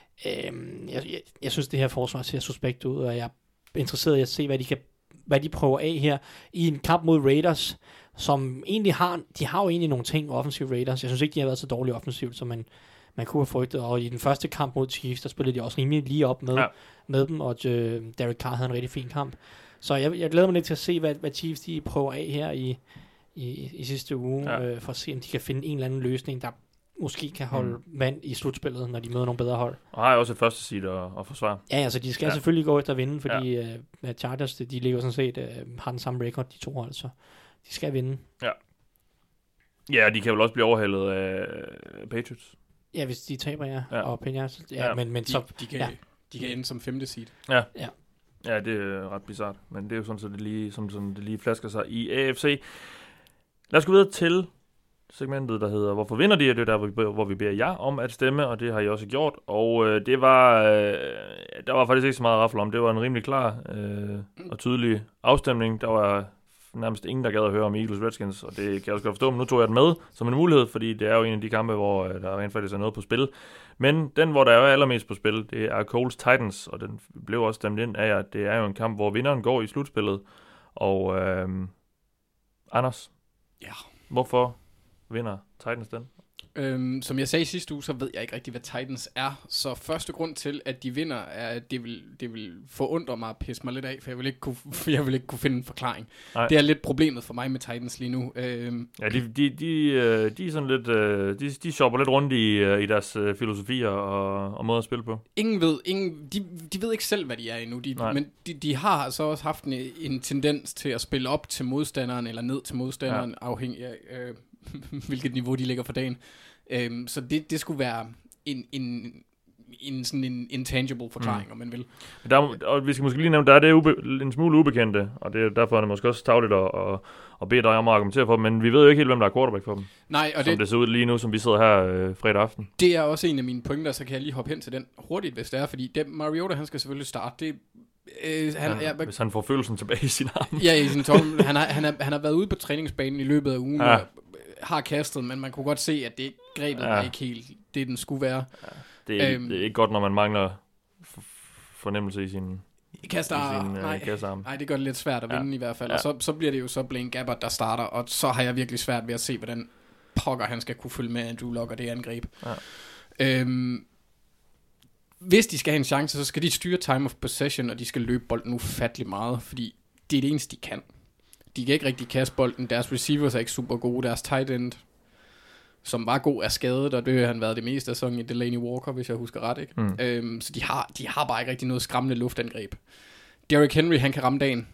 Jeg synes, det her forsvar ser suspekt ud, og jeg er interesseret i at se, hvad de prøver af her i en kamp mod Raiders, som egentlig har jo egentlig nogle ting offensive Raiders. Jeg synes ikke, de har været så dårligt offensivt, som man kunne have frygtet. Og i den første kamp mod Chiefs, der spillede de også rimelig lige op med dem, og Derek Carr havde en rigtig fin kamp. Så jeg glæder mig lidt til at se, hvad Chiefs de prøver af her i sidste uge, for at se, om de kan finde en eller anden løsning, der måske kan holde vand i slutspillet, når de møder nogle bedre hold. Og har jo også et første seed at forsvare. Ja, altså de skal selvfølgelig gå efter at vinde, fordi Chargers, de ligger sådan set, har den samme record, de 2 hold, så de skal vinde. Ja, de kan vel også blive overhældet af Patriots. Ja, hvis de taber, og Penjas. Men så... De kan ende som 5. seed. Ja, det er ret bizart, men det er jo sådan, så det lige flasker sig i AFC. Lad os gå videre til segmentet, der hedder Hvorfor vinder de? Det er der, hvor vi beder jer om at stemme, og det har I også gjort. Og det var... der var faktisk ikke så meget raffel om. Det var en rimelig klar og tydelig afstemning. Der var nærmest ingen, der gad at høre om Eagles Redskins, og det kan jeg også godt forstå, men nu tog jeg den med som en mulighed, fordi det er jo en af de kampe, hvor der rent faktisk er noget på spil. Men den, hvor der er allermest på spil, det er Colts Titans, og den blev også stemt ind af, at det er jo en kamp, hvor vinderen går i slutspillet. Og Anders, hvorfor vinder Titans den? Som jeg sagde sidste uge, så ved jeg ikke rigtig, hvad Titans er. Så første grund til, at de vinder, er, at det vil forundre mig og pisse mig lidt af, for jeg vil ikke kunne finde en forklaring. Nej. Det er lidt problemet for mig med Titans lige nu. Ja, de er sådan lidt, de shopper lidt rundt i deres filosofier og måde at spille på. De ved ikke selv, hvad de er endnu. Men de har så også haft en tendens til at spille op til modstanderen, eller ned til modstanderen, afhængig af hvilket niveau de ligger for dagen. Så det skulle være en sådan en intangible forklaring, om man vil. Og vi skal måske lige nævne, der er det en smule ubekendte, og det er derfor, det måske også tavligt at bede dig om at argumentere for dem, men vi ved jo ikke helt, hvem der er quarterback for dem. Nej, og det ser ud lige nu, som vi sidder her fredag aften. Det er også en af mine pointer, så kan jeg lige hoppe hen til den hurtigt, hvis det er, fordi Mariota, han skal selvfølgelig starte. Hvis han får følelsen tilbage i sin arm. Ja, i sin tom. Han har været ude på træningsbanen i løbet af ugen, og har kastet, men man kunne godt se, at det grebet var ikke helt det, den skulle være. Ja. Det er ikke godt, når man mangler fornemmelse i sin kassearm. Nej, det gør det lidt svært at vinde i hvert fald. Og så bliver det jo så Blaine Gabbert, der starter, og så har jeg virkelig svært ved at se, hvordan pokker han skal kunne følge med Andrew Luck og det angreb. Ja. Hvis de skal have en chance, så skal de styre time of possession, og de skal løbe bolden ufattelig meget, fordi det er det eneste, de kan. De kan ikke rigtig kaste bolden. Deres receivers er ikke super gode. Deres tight end, som var god, er skadet, og det har han været det meste af sæsonen i Delaney Walker, hvis jeg husker ret, ikke? Så de har bare ikke rigtig noget skræmmende luftangreb. Derrick Henry, han kan ramme dagen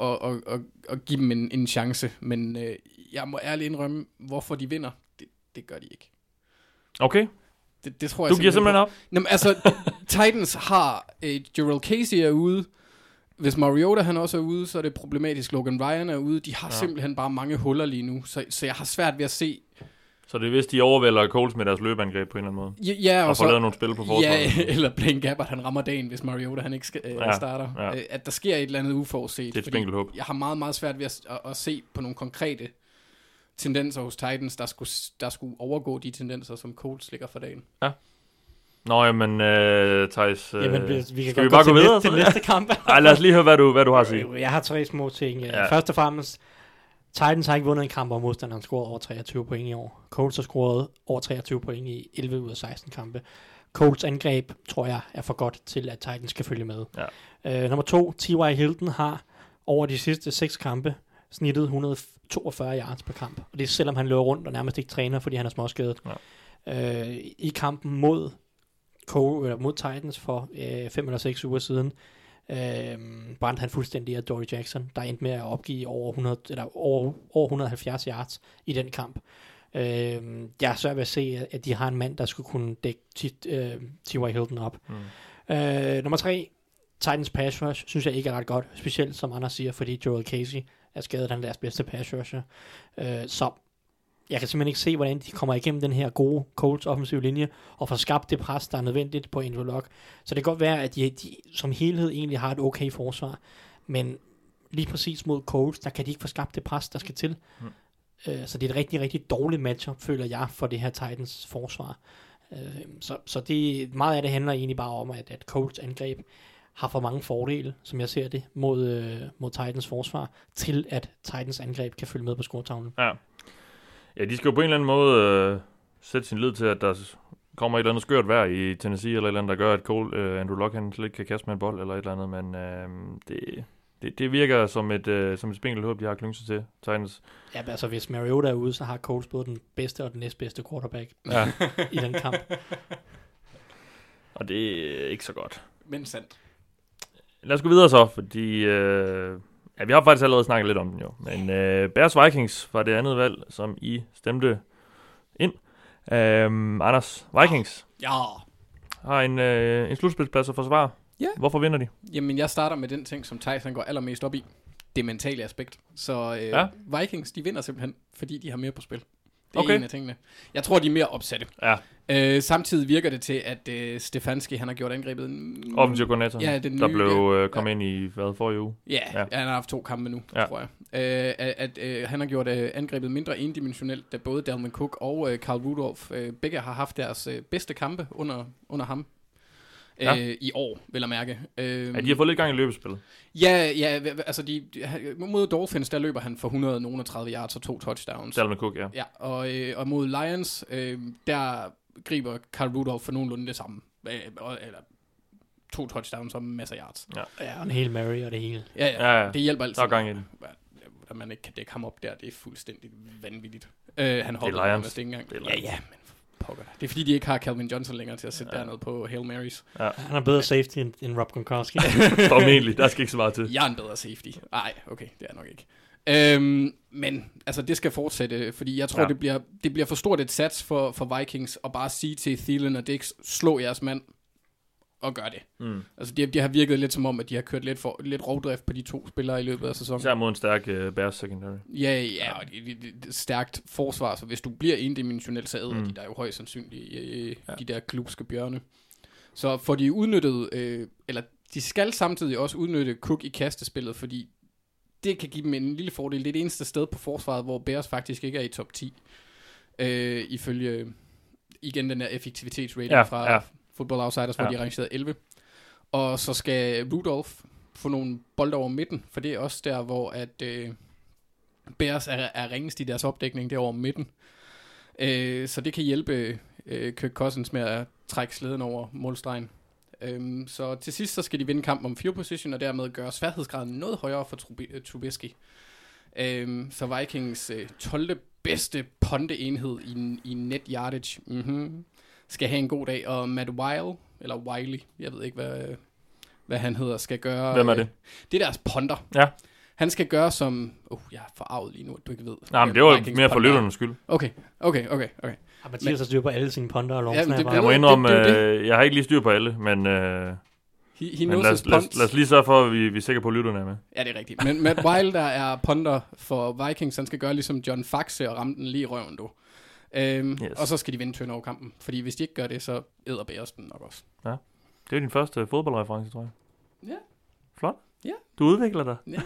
og give dem en chance, men jeg må ærligt indrømme, hvorfor de vinder, det gør de ikke. Okay. Det tror jeg du giver simpelthen op? Jamen, altså, Titans har Jurrell Casey er ude, Hvis Mariota han også er ude, så er det problematisk. Logan Ryan er ude. De har simpelthen bare mange huller lige nu, så jeg har svært ved at se. Så det er vist, de overvælder Colts med deres løbeangreb på en eller anden måde. Ja, og får lavet nogle spil på forsvaret. Ja, eller Blaine Gabbert, han rammer dagen, hvis Mariota han ikke starter. Ja. At der sker et eller andet uforudset. Det er et spinkelt håb. Jeg har meget, meget svært ved at se på nogle konkrete tendenser hos Titans, der skulle overgå de tendenser, som Colts ligger for dagen. Ja. Nå, jamen, Thijs, vi kan skal vi bare gå videre til næste kamp? Ej, lad os lige høre, hvad du har at sige. Jeg har 3 små ting. Først og fremmest, Titans har ikke vundet en kamp, og modstanderen har scoret over 23 point i år. Colts har scoret over 23 point i 11 ud af 16 kampe. Colts angreb, tror jeg, er for godt til, at Titans skal følge med. Ja. Nummer 2, T.Y. Hilton har over de sidste 6 kampe snittet 142 yards per kamp. Og det er selvom han løber rundt og nærmest ikke træner, fordi han er småskadet. Ja. I kampen mod Titans for 5 eller 6 uger siden, brændte han fuldstændig af Dory Jackson, der endte med at opgive over 170 yards i den kamp. Jeg er svært ved at se, at de har en mand, der skulle kunne dække T.Y. Hilton op. Nummer 3, Titans pass rush, synes jeg ikke er ret godt, specielt som Anders siger, fordi Joel Casey er skadet, han er deres bedste pass rusher. Så jeg kan simpelthen ikke se, hvordan de kommer igennem den her gode Colts offensive linje, og får skabt det pres, der er nødvendigt på Andrew Luck. Så det kan godt være, at de som helhed egentlig har et okay forsvar, men lige præcis mod Colts, der kan de ikke få skabt det pres, der skal til. Så det er et rigtig, rigtig dårligt matchup, føler jeg, for det her Titans forsvar. Så det, meget af det handler egentlig bare om, at Colts angreb har for mange fordele, som jeg ser det, mod Titans forsvar, til at Titans angreb kan følge med på scoretavlen. Ja, de skal jo på en eller anden måde sætte sin lid til, at der kommer et eller andet skørt vejr i Tennessee, eller et eller andet, der gør, at Andrew Luck han slet ikke kan kaste med en bold, eller et eller andet, men det virker som et spinkelt håb, de har klynget sig til, Titans. Ja, altså hvis Mariota er ude, så har Colts både den bedste og den næstbedste quarterback i den kamp. Og det er ikke så godt. Men sandt. Lad os gå videre så, fordi vi har faktisk allerede snakket lidt om den jo. Men Bears Vikings var det andet valg, som I stemte ind. Anders, Vikings har en slutspilsplads at forsvare. Ja. Hvorfor vinder de? Jamen, jeg starter med den ting, som Tyson går allermest op i. Det mentale aspekt. Så Vikings, de vinder simpelthen, fordi de har mere på spil. Det er en af tingene. Jeg tror, de er mere opsatte. Ja. Samtidig virker det til, at Stefanski, han har gjort angrebet... Offensiv koordinator, der blev kommet ind i, forrige uge? Ja, han har haft 2 kampe nu, tror jeg. Han har gjort angrebet mindre endimensionelt, da både Dalvin Cook og Carl Rudolph, begge har haft deres bedste kampe under ham. I år, vil jeg mærke. De har fået lidt gang i løbespillet. Ja, altså mod Dolphins, der løber han for 130 yards og 2 touchdowns. Dalvin Cook, ja. Og mod Lions, der griber Carl Rudolph for nogenlunde det samme. Eller 2 touchdowns og masser af yards. Ja, og en hel Mary og det hele. Ja. Det hjælper altid. Der er gang i den. At man ikke kan dække ham op der, det er fuldstændig vanvittigt. Han hopper Lions. Ikke engang. Ja, men pokker. Det er fordi, de ikke har Calvin Johnson længere til at sætte dernede på Hail Marys. Ja. Han er bedre safety end Rob Gronkowski. Formentlig, der skal ikke så meget til. Jeg er en bedre safety. Nej, okay, det er nok ikke. Men altså, det skal fortsætte, fordi jeg tror, det bliver for stort et sats for Vikings at bare sige til Thielen og Dix, slå jeres mand og gør det. Altså, det har virket lidt som om, at de har kørt lidt rovdrift på de 2 spillere i løbet af sæsonen. Især mod en stærk Bears secondary. Ja, og stærkt forsvar, så hvis du bliver endimensionelt, så æder de der jo højst sandsynligt de der klubske bjørne. Så får de udnyttet, eller de skal samtidig også udnytte Cook i kastespillet, fordi det kan give dem en lille fordel. Det er det eneste sted på forsvaret, hvor Bears faktisk ikke er i top 10. Ifølge igen den der effektivitetsrating fra Football Outsiders, hvor de er rangeret 11. Og så skal Rudolph få nogle bolde over midten, for det er også der, hvor at Bears er ringest i deres opdækning, det er over midten. Så det kan hjælpe Kirk Cousins med at trække slæden over målstregen. Så til sidst så skal de vinde kampen om field position, og dermed gøre sværhedsgraden noget højere for Trubisky. Så Vikings 12. bedste punteenhed i net yardage skal have en god dag, og Matt Wiley, jeg ved ikke hvad han hedder, skal gøre. Hvem er det? Det er deres punter. Ja. Han skal gøre som... jeg er forarvet lige nu, at du ikke ved. Nej, men det var mere for lytternes skyld. Okay. Mathias har styr på alle sine punter og longsnapper. Jeg må indrømme, jeg har ikke lige styr på alle, men... He knows his punts. Lad os lige sørge for, at vi er sikre på, at lytterne er med. Ja, det er rigtigt. Men Matt Wilde, der er punter for Vikings, han skal gøre ligesom John Faxe og ramme den lige i røven, du. Yes. Og så skal de vinde turnover-kampen. Fordi hvis de ikke gør det, så æder Bears den nok også. Ja. Det er din første fodboldreference, tror jeg. Ja. Flot. Ja. Du udvikler dig. Ja,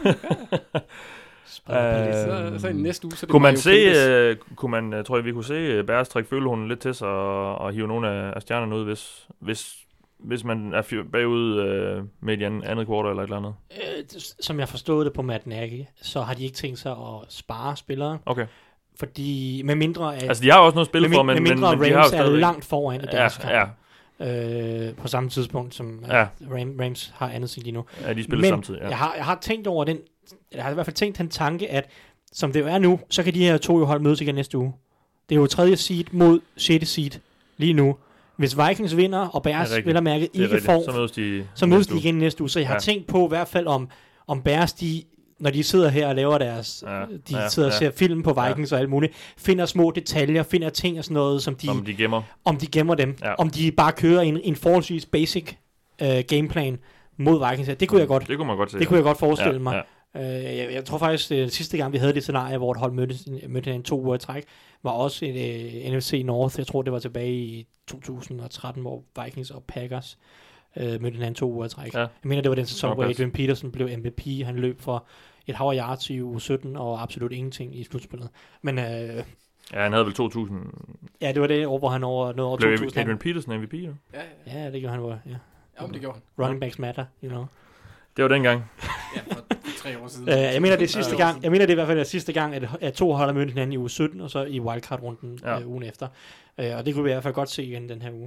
så i næste uge, så det kunne man se, tror jeg, vi kunne se Bears trække følehunden lidt til sig og hive nogle af stjernerne ud, hvis man er bagud med i andet kvartal eller et eller andet? Som jeg forstod det på Matt Nagy, så har de ikke tænkt sig at spare spillere. Okay. Fordi med mindre... Altså, de har også noget spil for, men de har Rams er langt foran i deres kamp. Ja. På samme tidspunkt, som Rams har andet sig lige nu. Ja, de spiller samtidig. Ja. Jeg har tænkt over den... Jeg har i hvert fald tænkt den tanke, at som det jo er nu, så kan de her to jo hold mødes igen næste uge. Det er jo 3. seed mod 6. seed lige nu. Hvis Vikings vinder, og Bears vil mærke ikke får, så mødes de igen næste uge. Så jeg har tænkt på i hvert fald, om Bears, når de sidder her og laver deres... sidder og ser film på Vikings og alt muligt, finder små detaljer, finder ting og sådan noget, som de... Om de gemmer dem. Ja. Om de bare kører en forholdsvis basic gameplan mod Vikings. Det kunne jeg godt... Det kunne man godt se. Det kunne jeg godt forestille mig. Jeg tror faktisk, det sidste gang, vi havde det scenarie, hvor et hold mødte en 2 uger i træk, var også et NFC North. Jeg tror, det var tilbage i 2013, hvor Vikings og Packers mødte hinanden 2 uger i træk. Ja. Jeg mener, det var den sæson, hvor Adrian Peterson blev MVP. Han løb for et hav af yards i uge 17, og absolut ingenting i slutspillet. Men... ja, han havde vel 2.000... Ja, det var det år, hvor han nåede over 2.000. Blev Adrian Peterson MVP, jo? Ja, det gjorde han. Ja. Ja, det gjorde han. Running backs matter, you know. Det var dengang. Ja, for 3 år siden. Jeg mener, det er sidste gang. Jeg mener, det er i hvert fald sidste gang, at 2 hold har mødt hinanden i uge 17, og så i wildcard-runden ugen efter. Og det kunne vi i hvert fald godt se igen den her uge.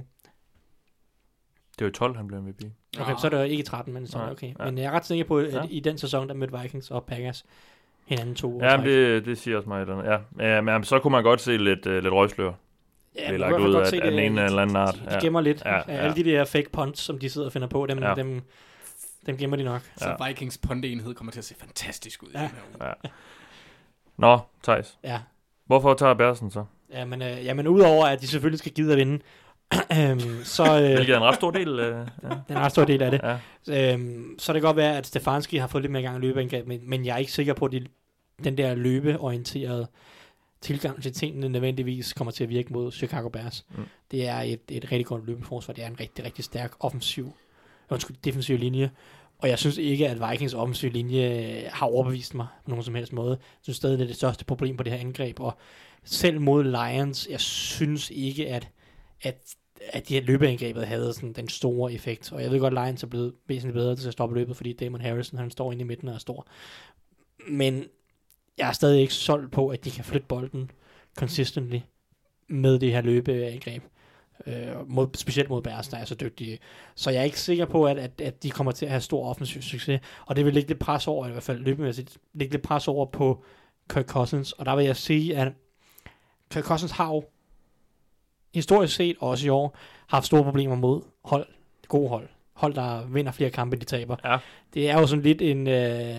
Det var 12, han blev MVP. Okay, så er det jo ikke 13, men så okay. Ja. Men jeg er ret sikker på, at i den sæson, der mødte Vikings og Packers hinanden 2 uger. Ja, det siger også mig et eller andet. Ja, men så kunne man godt se lidt røgslør. Ja, det er lagt ud af den ene eller anden art. De gemmer lidt. Alle de der fake punts, som de sidder og finder på, dem gemmer de nok. Så Vikings punt-enhed kommer til at se fantastisk ud. Ja. Nå, Theis. Ja. Hvorfor tager Bersen så? Jamen udover at de selvfølgelig skal gide at vinde, så... Hvilket er en ret stor del. Det er en ret stor del af det. Ja. Så det kan godt være, at Stefanski har fået lidt mere gang i løbeangreb, men jeg er ikke sikker på, at den der løbeorienterede tilgang til tingene nødvendigvis kommer til at virke mod Chicago Bears. Det er et rigtig godt løbeforsvar. Det er en rigtig, rigtig stærk defensiv linje. Og jeg synes ikke, at Vikings offensiv linje har overbevist mig på nogen som helst måde. Jeg synes stadig, det er det største problem på det her angreb. Og selv mod Lions, jeg synes ikke, at de her løbeangrebet havde sådan den store effekt. Og jeg ved godt, at Lions er blevet væsentligt bedre til at stoppe løbet, fordi Damon Harrison, han står inde i midten og er stor. Men jeg er stadig ikke solgt på, at de kan flytte bolden consistently med det her løbeangreb. Specielt mod Bears, der er så dygtige. Så jeg er ikke sikker på, at de kommer til at have stor offensiv succes. Og det vil lægge lidt pres over, i hvert fald løbemæssigt, lægge lidt pres over på Kirk Cousins. Og der vil jeg sige, at Kirk Cousins har jo historisk set, også i år, haft store problemer mod gode hold, der vinder flere kampe, de taber. Ja. Det er jo sådan lidt en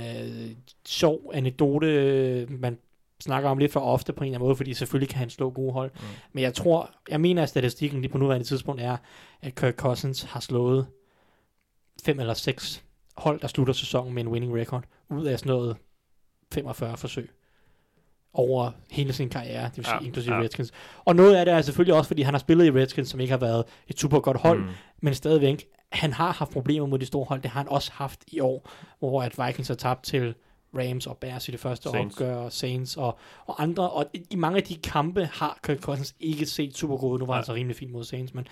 sjov anekdote, man snakker om lidt for ofte på en eller anden måde, fordi selvfølgelig kan han slå gode hold. Men jeg mener, at statistikken lige på nuværende tidspunkt er, at Kirk Cousins har slået 5 eller 6 hold, der slutter sæsonen med en winning record, ud af sådan noget 45 forsøg over hele sin karriere, det vil sige inklusive Redskins. Og noget af det er selvfølgelig også, fordi han har spillet i Redskins, som ikke har været et super godt hold, men stadigvæk, han har haft problemer mod de store hold. Det har han også haft i år, hvor at Vikings har tabt til Rams og Bears i det første opgør, Saints og andre, og i mange af de kampe har Kirk Cousins ikke set super god ud. Nu var han så rimelig fint mod Saints, men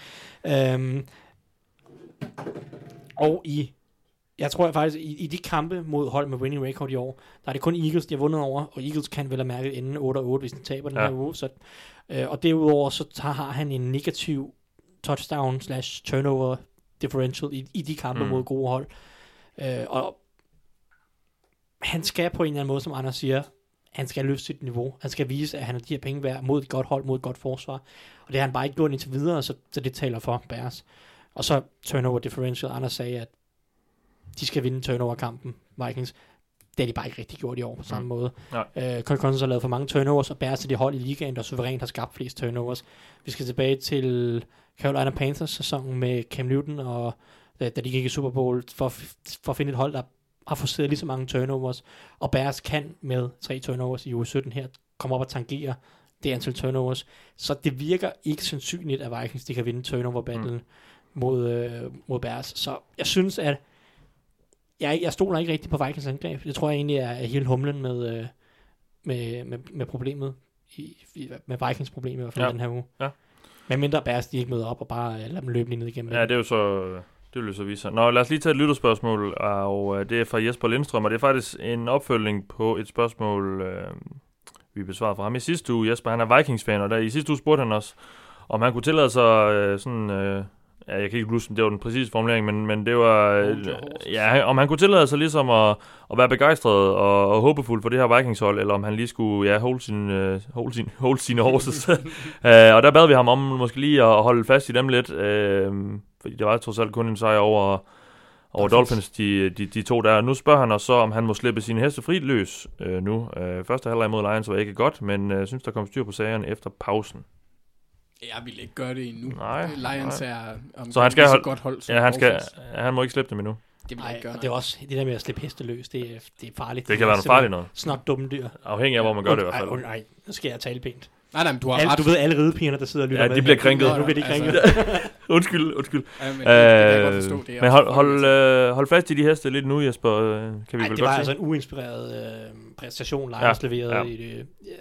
jeg tror faktisk, i de kampe mod hold med winning record i år, der er det kun Eagles, de har vundet over, og Eagles kan vel have mærket inden 8-8, hvis de taber den her uge. Så, og derudover, så har han en negativ touchdown/turnover differential i de kampe mod gode hold. Og han skal på en eller anden måde, som Anders siger, han skal løfte sit niveau. Han skal vise, at han har de her penge værd mod et godt hold, mod et godt forsvar. Og det har han bare ikke gjort indtil videre, så det taler for Bears. Og så turnover differential. Anders sagde, at de skal vinde turnover-kampen, Vikings. Det har de bare ikke rigtig gjort i år på samme måde. Kirk Cousins har lavet for mange turnovers, og Bears er det hold i ligaen, der suverænt har skabt flest turnovers. Vi skal tilbage til Carolina Panthers sæsonen med Cam Newton og da de gik i Super Bowl, for at finde et hold, der har forceret lige så mange turnovers, og Bears kan med 3 turnovers i uge 17 her, komme op og tangere det antal turnovers. Så det virker ikke sandsynligt, at Vikings de kan vinde turnover-battlen mod Bears. Så jeg synes, at jeg stoler ikke rigtigt på Vikings angreb. Det tror jeg egentlig er hele humlen med problemet, med Vikings problem i hvert fald den her uge. Ja. Men mindre Bears, de ikke møder op og bare lader dem løbe lige ned igennem. Ja, det er jo så... Det vil jo så vise sig. Nå, lad os lige tage et lytterspørgsmål, og det er fra Jesper Lindstrøm, og det er faktisk en opfølgning på et spørgsmål, vi besvarede fra ham i sidste uge. Jesper, han er Vikings-fan, og der i sidste uge spurgte han os, om han kunne tillade sig sådan... jeg kan ikke huske, det var den præcise formulering, men det var... om han kunne tillade sig ligesom at være begejstret og håbefuld for det her Vikings-hold, eller om han lige skulle holde sine horses. Og der bad vi ham om måske lige at holde fast i dem lidt, fordi det var trods alt kun en sejr over Dolphins, de to der. Nu spørger han os så, om han må slippe sine heste frit løs nu. Første halvleg mod Lions var ikke godt, men synes, der kom styr på sagerne efter pausen. Jeg vil ikke gøre det endnu. Nej, Lions er så han skal godt hold. Han må ikke slippe dem endnu. Det vil jeg ikke gøre. Og det er også det der med at slippe heste løs, det er farligt. Det kan være noget farligt noget. Snot dumme dyr. Afhængig af, hvor man gør det i hvert fald. Nej, nu skal jeg tale pænt. Nej, men du har ret. Du ved, alle ridepigerne, der sidder og lytter med. Ja, de bliver krænket. Nu bliver de krænket. Undskyld. Ja, men det kan jeg godt forstå. Det men hold fast i de heste lidt nu, Jesper. Kan vi vel godt det var altså en uinspireret præstation, Lions leverede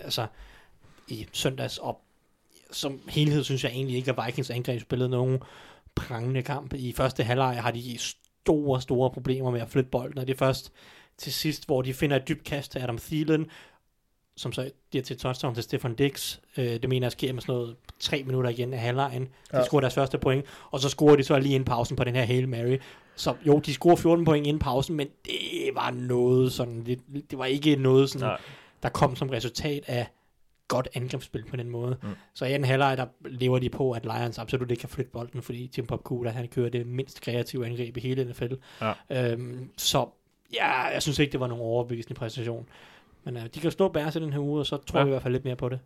i søndags, og som helhed synes jeg egentlig ikke, at Vikings angreb spillede nogen prangende kamp. I første halvleg har de store problemer med at flytte bolden, og det er først til sidst, hvor de finder et dybt kast til Adam Thielen, som så bliver til touchdown til Stefan Diggs. Det mener jeg sker med sådan noget 3 minutter igen af halvlejen. De scorer deres første point, og så scorer de så lige inden pausen på den her Hail Mary. Så jo, de scorer 14 point inden pausen, men det var noget sådan, det var ikke noget sådan, der kom som resultat af godt angrebsspil på den måde. Så i anden halvleg, der lever de på, at Lions absolut ikke kan flytte bolden, fordi Tim Popkula, han kører det mindst kreative angreb i hele NFL. Så jeg synes ikke, det var nogen overbevisende præstation. Men de kan stå Bears i den her uge, og så tror jeg i hvert fald lidt mere på det.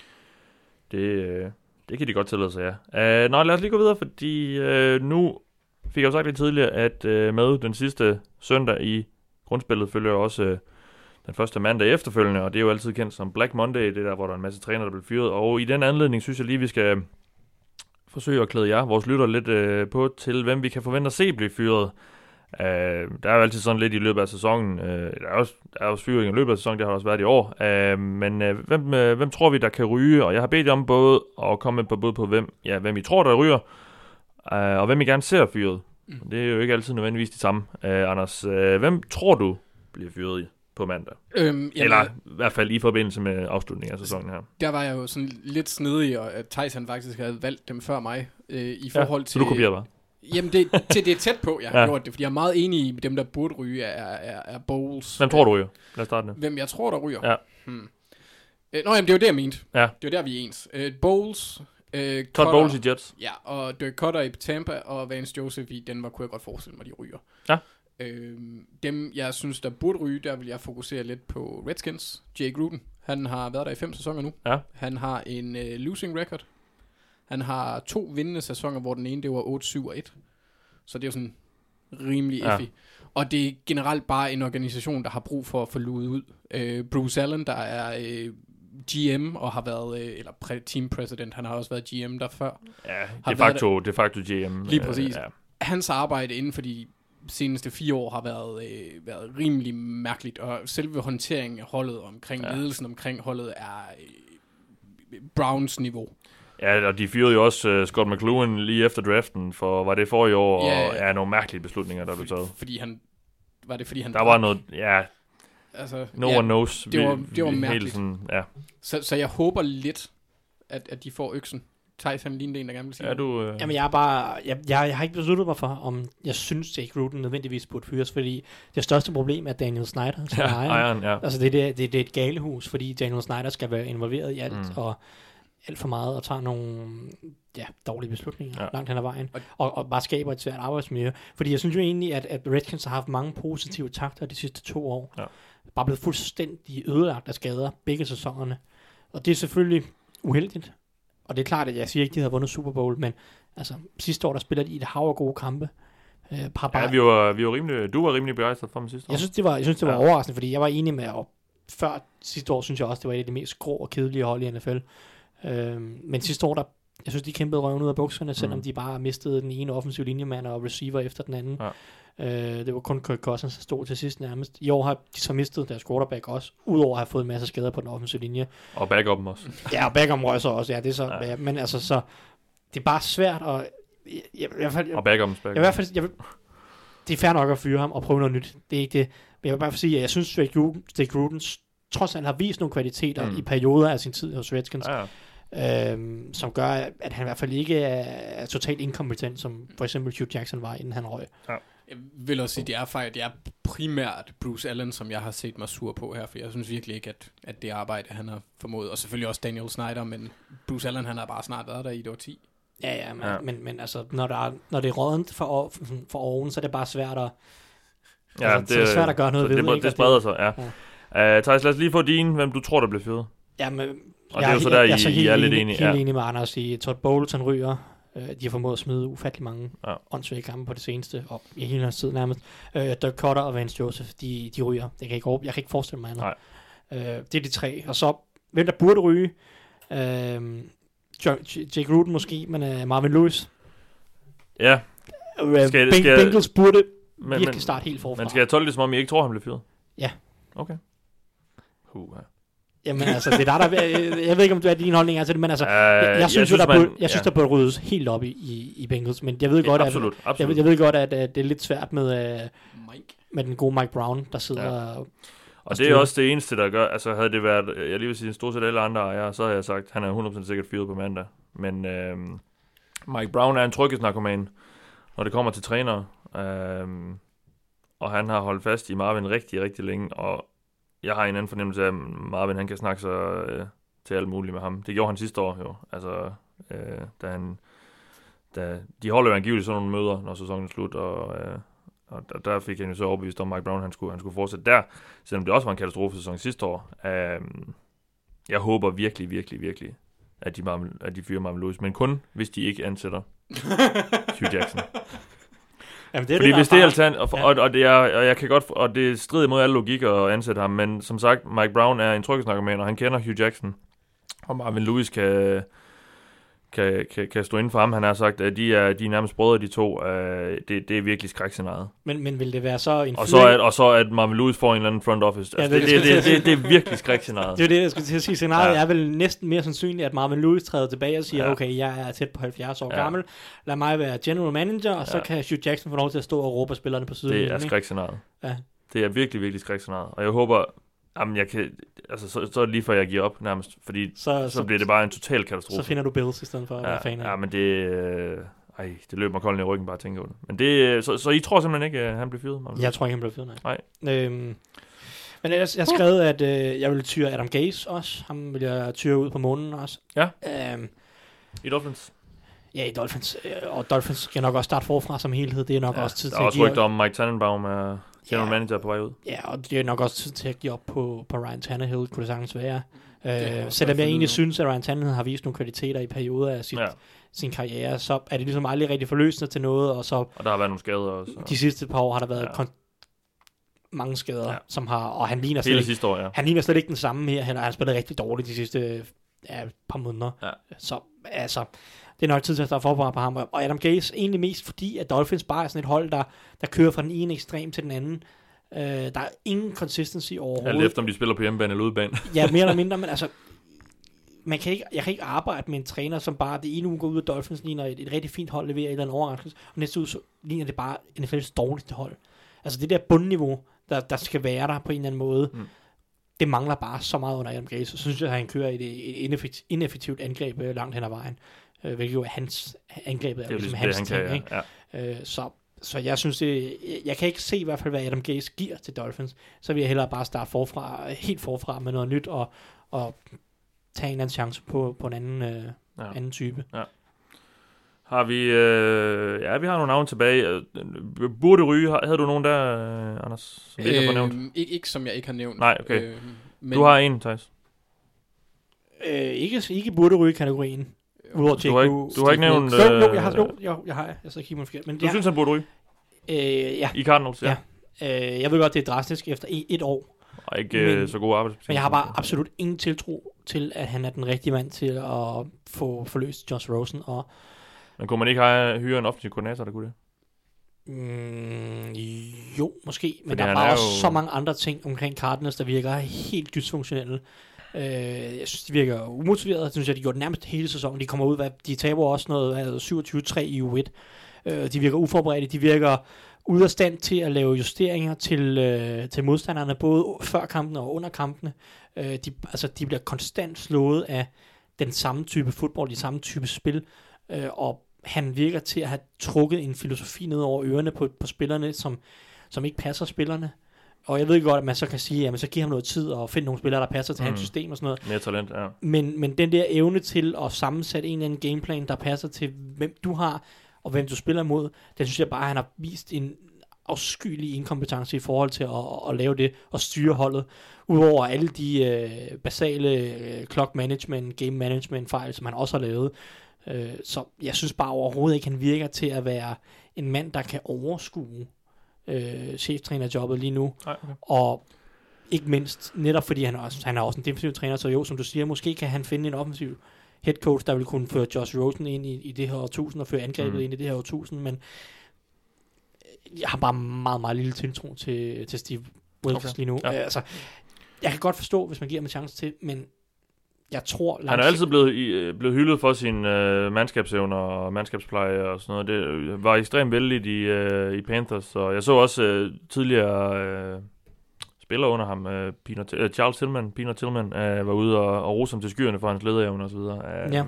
Det kan de godt tillade sig, ja. Lad os lige gå videre, fordi nu fik jeg jo sagt lidt tidligere, at med den sidste søndag i grundspillet følger også den første mandag efterfølgende, og det er jo altid kendt som Black Monday, det der, hvor der er en masse trænere, der bliver fyret. Og i den anledning synes jeg lige, vi skal forsøge at klæde jer, vores lytter, lidt på til, hvem vi kan forvente at se blive fyret. Der er jo altid sådan lidt i løbet af sæsonen. Der er også fyring i løbet af sæsonen, det har også været i år. Men hvem tror vi, der kan ryge? Og jeg har bedt jer om både at komme på bud på, hvem I tror, der ryger, og hvem I gerne ser fyret. Det er jo ikke altid nødvendigvis det samme. Anders, hvem tror du bliver fyret på mandag? Eller i hvert fald i forbindelse med afslutningen af sæsonen her. Der var jeg jo sådan lidt snedig, og at Tyson faktisk havde valgt dem før mig. I forhold til... Så du kopierer bare? Jamen, det er tæt på, jeg har gjort det, fordi jeg er meget enig i, dem, der burde ryge, er Bowles. Hvem tror du ryger? Lad os starte med. Hvem jeg tror, der ryger? Ja. Jamen, det er jo det, jeg mente. Ja. Det er der, vi er ens. Bowles... Todd Bowles i Jets. Ja, og Dirk Koetter i Tampa, og Vance Joseph i Denver, kunne jeg godt forestille mig, de ryger. Ja. Dem, jeg synes, der burde ryge, der vil jeg fokusere lidt på Redskins. Jay Gruden, han har været der i 5 sæsoner nu. Ja. Han har en losing record. Han har 2 vindende sæsoner, hvor den ene, det var 8-7-1. Så det er jo sådan rimelig effig. Og det er generelt bare en organisation, der har brug for at få luet ud. Bruce Allen, der er GM og har været, eller team president, han har også været GM der før. Ja, de facto GM. Lige præcis. Hans arbejde inden for de seneste 4 år har været rimelig mærkeligt, og selve håndteringen af holdet omkring ledelsen omkring holdet er Browns niveau. Ja, og de fyrede jo også Scott McLuhan lige efter draften, for var det forrige år, og nogle mærkelige beslutninger, der blev taget. Fordi han... Var det fordi han... Der var noget... Ja... Altså, no one knows. Det var mærkeligt. Sådan, ja. Så jeg håber lidt, at de får øksen. Thijs, han lignede en, der gerne vil sige. Jamen, jeg har ikke besluttet mig for, om jeg synes, at Gruden nødvendigvis burde fyres, fordi det største problem er Daniel Snyder, som er ejeren. Ja. Altså, det er et galehus, fordi Daniel Snyder skal være involveret i alt, og alt for meget, og tager nogle dårlige beslutninger langt hen ad vejen, og bare skaber et svært arbejdsmiljø. Fordi jeg synes jo egentlig, at Redskins har haft mange positive takter de sidste 2 år. Ja. Bare blevet fuldstændig ødelagt af skader begge sæsonerne. Og det er selvfølgelig uheldigt. Og det er klart, at jeg siger ikke, at de havde vundet Super Bowl, men altså, sidste år, der spiller de i et hav af gode kampe. vi var rimelig, du var rimelig begejstret for mig sidste år. Jeg synes, det var overraskende, fordi jeg var enig med, og før sidste år, synes jeg også, det var et af de mest grå og kedelige hold i NFL. Men sidste år, jeg synes, de kæmpede røven ud af bukserne, selvom de bare mistede den ene offensive linjemand og receiver efter den anden. Ja. Det var kun Kirk Cousins, der stod til sidst nærmest. I år har de så mistet deres quarterback også, udover at have fået en masse skader på den offensive linje. Og backupen også. Ja, og backupen røser også, ja, det er så. Ja. Men altså, så det er bare svært, og i hvert fald... Og backupen. I hvert fald, det er fair nok at fyre ham og prøve noget nyt. Det er ikke det. Men jeg vil bare sige, at jeg synes, at Jay Gruden trods alt har vist nogle kvaliteter i perioder af sin tid hos Redskins. Ja. Som gør, at han i hvert fald ikke er totalt inkompetent, som for eksempel Hugh Jackson var, inden han røg. Ja. Jeg vil også sige, det er primært Bruce Allen, som jeg har set mig sur på her, for jeg synes virkelig ikke, at det arbejde, han har formået, og selvfølgelig også Daniel Snyder, men Bruce Allen, han har bare snart været der i et årti. Ja, men altså, når det er rådent for oven, så er det bare svært at... Ja, altså, det er svært at gøre noget ved. Det spreder sig, ja. Thijs, lad os lige få hvem du tror, der bliver fyret. Ja, men... Og det er jo så der, I er lidt enige. Helt enig med Anders i Todd Bowles, han ryger. De har formået at smide ufattelig mange åndssvage kampe på det seneste, og i hele hans tid nærmest. Dirk Kotter og Vance Joseph, de ryger. Jeg kan ikke forestille mig andet. Det er de tre. Og så, hvem der burde ryge? Jay Gruden måske, men Marvin Lewis. Ja. Bengals burde virkelig starte helt forfra. Men skal jeg tolke det, som om I ikke tror, han bliver fyret? Ja. Okay. Jamen altså, det er der jeg ved ikke, om du er din holdning altså, men altså, jeg synes, der burde ryddes helt op i Bengals, men jeg ved godt, absolut. Jeg ved godt, at det er lidt svært med den gode Mike Brown, der sidder og det er også det eneste, der gør, altså havde det været, jeg lige vil sige, stort set alle andre ejere, så havde jeg sagt, han er 100% sikkert fyret på mandag, men Mike Brown er en tryghedsnarkoman, når det kommer til trænere, og han har holdt fast i Marvin rigtig, rigtig længe, og jeg har en anden fornemmelse af, at Marvin han kan snakke sig til alt muligt med ham. Det gjorde han sidste år jo. Altså, de holder jo angiveligt sådan nogle møder, når sæsonen er slut, og der fik han jo så overbevist om, Mike Brown han skulle fortsætte der, selvom det også var en katastrofesæson sidste år. Jeg håber virkelig, virkelig, virkelig, at de fyrer Marvin Lewis, men kun hvis de ikke ansætter Hugh Jackson. Jamen, det er fordi hvis det er alternativt, og jeg kan godt, og det strider mod alle logik at ansætte ham, men som sagt, Mike Brown er en tryghedsnarkoman, og han kender Hugh Jackson, og Marvin Lewis kan stå inden for ham. Han har sagt, at de er nærmest brødre, de to. Det er virkelig skrækscenariet. Men vil det være så en og så at Marvin Lewis får en eller anden front office. Altså, det er virkelig skrækscenariet. Det er det, jeg skulle til at sige. Scenariet er vel næsten mere sandsynligt, at Marvin Lewis træder tilbage og siger, okay, jeg er tæt på 70 år gammel. Lad mig være general manager, og så kan Hugh Jackson få lov til at stå og råbe spillerne på siden. Det er skrækscenariet. Ja. Det er virkelig, virkelig skrækscenariet. Og jeg håber... Jamen, jeg kan, altså, så er det lige før jeg giver op nærmest, fordi så bliver det bare en total katastrofe. Så finder du Bills i stedet for at være fan af. Ja, men det løber mig koldt ned i ryggen bare at tænke over det. Men det, så I tror simpelthen ikke, at han bliver fyret? Jeg tror ikke, han bliver fyret, nej. Men jeg har skrevet, at jeg vil tyre Adam Gase også. Ham vil jeg tyre ud på månen også. Ja, i Dolphins. Ja, i Dolphins. Og Dolphins skal nok også starte forfra som helhed. Det er nok også tid til at give... Der er også rygter om Mike Tannenbaum er... general manager på vej ud. Ja, og det er nok også tid til at give op på Ryan Tannehill, kunne det sagtens være. Selvom jeg egentlig synes, at Ryan Tannehill har vist nogle kvaliteter i perioder af sin karriere, så er det ligesom aldrig rigtig forløsende til noget. Og der har været nogle skader også. De sidste par år har der været mange skader, som har... Og han ligner slet, sidste år, han ligner slet ikke den samme her. Han har spillet rigtig dårligt de sidste par måneder. Ja. Så altså... Det er nok tid til at starte forberedt på ham. Og Adam Gase egentlig mest fordi, at Dolphins bare er sådan et hold, der kører fra den ene ekstrem til den anden. Der er ingen consistency overhovedet. Alt efter om de spiller på hjemmebane eller udebane. Ja, mere eller mindre, men altså... Jeg kan ikke arbejde med en træner, som bare det ene uge går ud af Dolphins, ligner et rigtig fint hold, leverer et eller andet overraskelse, og næste uge så ligner det bare NFL's dårligste hold. Altså det der bundniveau, der skal være der på en eller anden måde, det mangler bare så meget under Adam Gase. Så synes jeg, at han kører et ineffektivt angreb langt hen ad vejen. Hvilket jo er hans angrebet, er jo ligesom hans ting, ikke? Så jeg synes, jeg kan ikke se i hvert fald, hvad Adam Gase giver til Dolphins. Så vil jeg hellere bare starte helt forfra med noget nyt, og tage en anden chance på en anden type. Ja. Har vi, vi har nogle navne tilbage. Burde ryge, havde du nogen der, Anders, som ikke har nævnt? Ikke som jeg ikke har nævnt. Nej, okay. Men... Du har en, Thijs. Ikke burde ryge kategorien. Du har ikke nævnt... Jeg har. Jeg så kigger mig forkert. Men du synes, han burde ryge? Ja. I Cardinals, ja. Jeg ved godt, det er drastisk efter et år. Og ikke så god arbejdsbetingelser. Men jeg har bare absolut ingen tiltro til, at han er den rigtige mand til at få forløst Josh Rosen. Men kunne man ikke hyre en offensiv koordinator, der kunne det? Jo, måske. Men der er bare også så mange andre ting omkring Cardinals, der virker helt dysfunktionelle. Jeg synes, de virker umotiveret. Jeg synes, at de gjorde det nærmest hele sæsonen. De kommer ud, de taber også noget 27-3 i U1. De virker uforberedte. De virker ude af stand til at lave justeringer til modstanderne, både før kampene og under kampene. De bliver konstant slået af den samme type fodbold, de samme type spil, og han virker til at have trukket en filosofi ned over ørerne på spillerne, som ikke passer spillerne. Og jeg ved godt, at man så kan sige, at så giver ham noget tid og finde nogle spillere, der passer til hans system og sådan noget. Mere talent, ja. Men den der evne til at sammensætte en eller anden gameplan, der passer til, hvem du har, og hvem du spiller imod, det synes jeg bare, at han har vist en afskyelig inkompetence i forhold til at lave det og styre holdet. Udover alle de basale clock management, game management fejl, som han også har lavet. Så jeg synes bare overhovedet ikke, han virker til at være en mand, der kan overskue cheftrænerjobbet lige nu. Okay. Og ikke mindst, netop fordi han er også en defensiv træner, så jo, som du siger, måske kan han finde en offensiv head coach, der vil kunne føre Josh Rosen ind i det her årtusind, og føre angrebet ind i det her årtusind, men jeg har bare meget, meget lille tiltro til Steve Wilkes lige nu. Ja. Jeg kan godt forstå, hvis man giver ham en chance til, men jeg tror... Han er altid blevet hyldet for sin mandskabsevner og mandskabspleje og sådan noget. Det var ekstremt vældigt i Panthers, og jeg så også tidligere spillere under ham, Charles Tillman, Peanut Tillman, var ude og rose ham til skyerne for hans lederevner og så videre. Ja.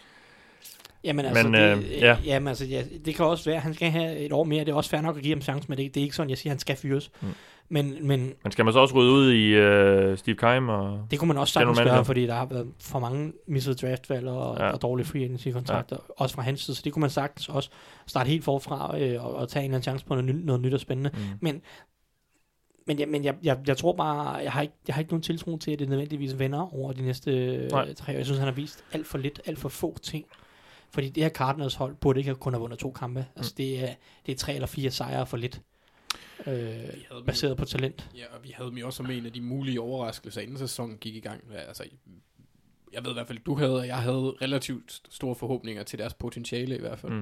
Jamen altså, det kan også være, at han skal have et år mere. Det er også fair nok at give ham chance, men det er ikke sådan, jeg siger, at han skal fyres. Men skal man så også rydde ud i Steve Keim? Og det kunne man også sagtens gøre, fordi der har været for mange missede draftvalg og dårlige free agency-kontrakter, også fra hans side. Så det kunne man sagtens også starte helt forfra og tage en eller anden chance på noget nyt og spændende. Men jeg tror bare, jeg har ikke nogen tiltro til, at det nødvendigvis vender over de næste 3 år. Jeg synes, han har vist alt for lidt, alt for få ting. Fordi det her Cardinals hold burde ikke kun have vundet 2 kampe. Altså det er 3 eller 4 sejre for lidt. Baseret på talent. Ja, og vi havde dem jo også som en af de mulige overraskelser, inden sæsonen gik i gang. Altså, jeg ved i hvert fald, du havde, og jeg havde relativt store forhåbninger til deres potentiale i hvert fald.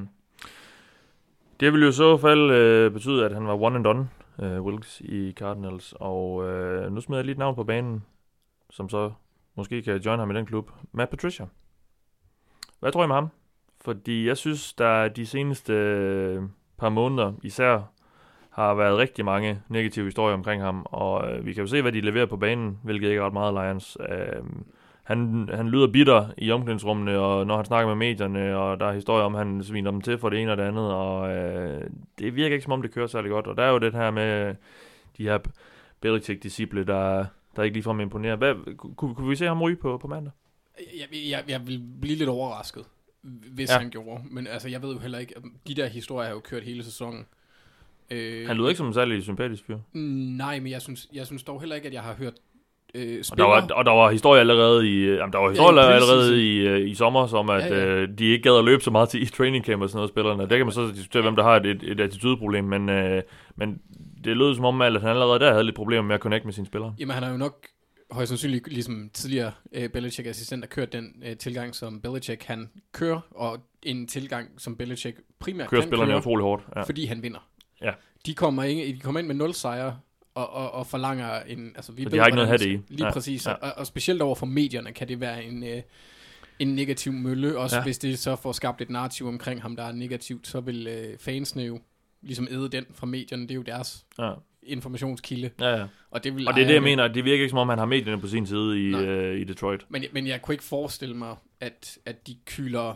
Det ville jo i så fald betyde, at han var one and done, Wilkes i Cardinals. Og nu smider jeg lige et navn på banen, som så måske kan join ham i den klub. Matt Patricia. Hvad tror I med ham? Fordi jeg synes, der de seneste par måneder især har været rigtig mange negative historier omkring ham, og vi kan jo se, hvad de leverer på banen, hvilket ikke er ret meget Lions. Han lyder bitter i omklædningsrummene, og når han snakker med medierne, og der er historier om, at han sviner dem til for det ene og det andet, og det virker ikke som om, det kører særlig godt. Og der er jo det her med de her Belichick-disciple, der ikke ligefrem imponerer. Kunne vi se ham ryge på mandag? Jeg vil blive lidt overrasket, hvis han gjorde. Men altså, jeg ved jo heller ikke, de der historier har jo kørt hele sæsonen. Han lyder ikke som en særlig sympatisk fyr. Nej, men jeg synes dog heller ikke, at jeg har hørt og der var historier allerede i sommer, som at de ikke gad at løbe så meget til East Training Camp og sådan noget, spillerne. Der kan man så diskutere, hvem der har et attitudeproblem, men det lød som om, at han allerede der havde lidt problemer med at connecte med sine spillere. Jamen, han har jo nok højst sandsynligt, ligesom tidligere Belichick-assistent, der kørt den tilgang, som Belichick han kører, og en tilgang, som Belichick primært kører spillerne utrolig hårdt, fordi han vinder. Ja. De kommer ind med 0 sejre, og forlanger en... Altså, de har ikke noget at have det i. Lige præcis, og specielt over for medierne kan det være en negativ mølle, også hvis det så får skabt et narrativ omkring ham, der er negativt, så vil fansene jo ligesom æde den fra medierne, det er jo deres informationskilde. Ja. Og det er det, jeg mener, det virker ikke som om, han har medierne på sin side i Detroit. Men jeg kunne ikke forestille mig, at de kyler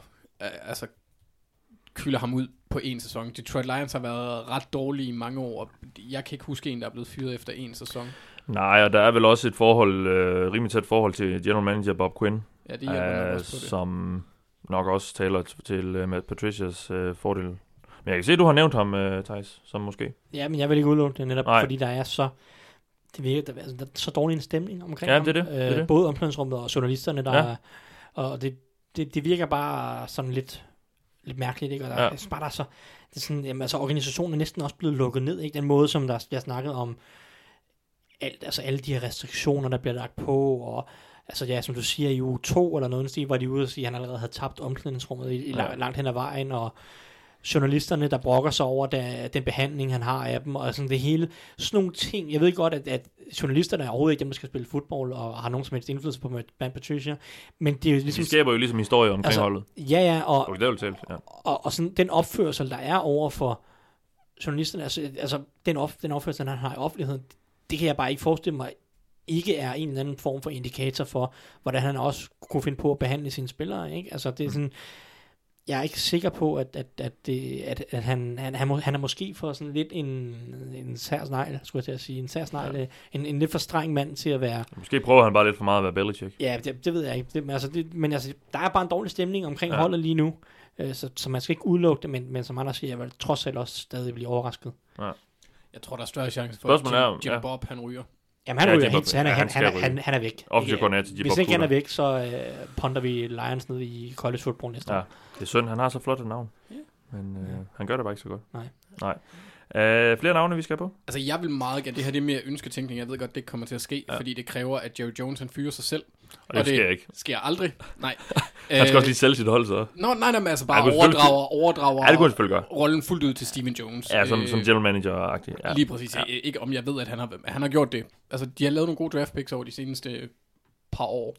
ham ud på en sæson. Detroit Lions har været ret dårlige i mange år. Jeg kan ikke huske en, der er blevet fyret efter en sæson. Nej, og der er vel også et rimelig tæt forhold til general manager Bob Quinn. Ja, det hjælper nok også på det. Som nok også taler til Matt Patricias fordel. Men jeg kan se, at du har nævnt ham, Theis, som måske. Ja, men jeg vil ikke udelukke det netop, fordi der er så... Det virker, der er så dårlig en stemning omkring ham. Det er det. Både omklædningsrummet og journalisterne, der er, og det virker bare sådan lidt lidt mærkeligt, ikke? Og der, jeg synes bare, der er så, det er sådan, jamen, altså organisationen er næsten også blevet lukket ned, ikke? Den måde, som der bliver snakket om alle de her restriktioner, der bliver lagt på, og altså ja, som du siger, i uge 2 eller noget, var de ude og sige, at han allerede havde tabt omklædningsrummet langt hen ad vejen, og journalisterne, der brokker sig over den behandling, han har af dem, og sådan det hele, sådan nogle ting. Jeg ved godt, at journalisterne er overhovedet ikke dem, der skal spille fodbold, og har nogen som helst indflydelse på Matt Patricia, men det er jo ligesom... De skaber jo ligesom historie omkring holdet. Ja, og det er jo talt, ja. Og sådan den opførsel, der er over for journalisterne, altså den opførsel, han har i offentligheden, det kan jeg bare ikke forestille mig, ikke er en eller anden form for indikator for, hvordan han også kunne finde på at behandle sine spillere, ikke? Altså det er sådan... Jeg er ikke sikker på, at han er måske for sådan lidt en særsnegl, skulle jeg til at sige. En særsnegl, en lidt for streng mand til at være... Måske prøver han bare lidt for meget at være Belichick. Ja, det ved jeg ikke. Men der er bare en dårlig stemning omkring holdet lige nu, så man skal ikke udelukke det, men som andre siger, jeg vil trods alt også stadig blive overrasket. Ja. Jeg tror, der er større chance for, at Jim Bob, han ryger. Jamen han ryger helt, han er væk. Hvis ikke han er væk, så ponder vi Lions ned i college football næste år. Det er synd, han har så flot et navn. Men han gør det bare ikke så godt. Nej. Flere navne, vi skal på? Altså jeg vil meget gerne, det her det er mere ønsketænkning, jeg ved godt, det ikke kommer til at ske, fordi det kræver, at Jerry Jones han fyrer sig selv. Og det sker ikke. Sker aldrig. Nej. Han skal også lige sælge sit hold, så. Nej, men altså bare overdrager det kunne selvfølgelig gøre. Rollen fuldt ud til Steven Jones. Ja, som general manager-agtig. Ja. Lige præcis. Ja. Ikke om jeg ved, at han har gjort det. Altså, de har lavet nogle gode draft picks over de seneste par år.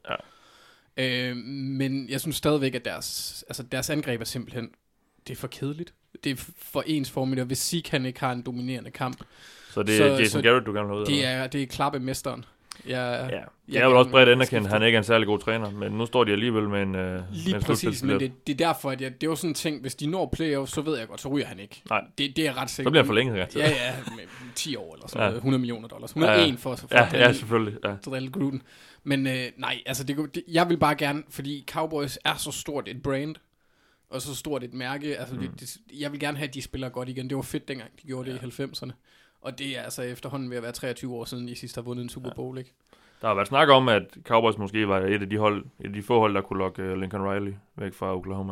Ja. Men jeg synes stadigvæk, at deres angreb er simpelthen, det er for kedeligt. Det er for ensformigt, og hvis Zeke han ikke har en dominerende kamp. Så det er Jason Garrett, du gerne vil have ud? Det er klappemesteren. Jeg vil også bredt anerkendt, at han ikke er en særlig god træner, men nu står de alligevel med en lige præcis, men det er derfor, at det er jo sådan en ting, hvis de når playoff, så ved jeg godt, så ryger han ikke. Nej. Det er ret sikkert. Så bliver han forlænget. Ja, med 10 år eller sådan $100 million. 101 for selvfølgelig. Drille Gruden. Men nej, altså jeg vil bare gerne, fordi Cowboys er så stort et brand, og så stort et mærke, altså jeg vil gerne have, at de spiller godt igen. Det var fedt dengang, de gjorde det i 90'erne. Og det er altså efterhånden ved at være 23 år siden, de sidst har vundet en Super Bowl, ikke? Der har været snak om, at Cowboys måske var et af de få hold, der kunne lokke Lincoln Riley væk fra Oklahoma.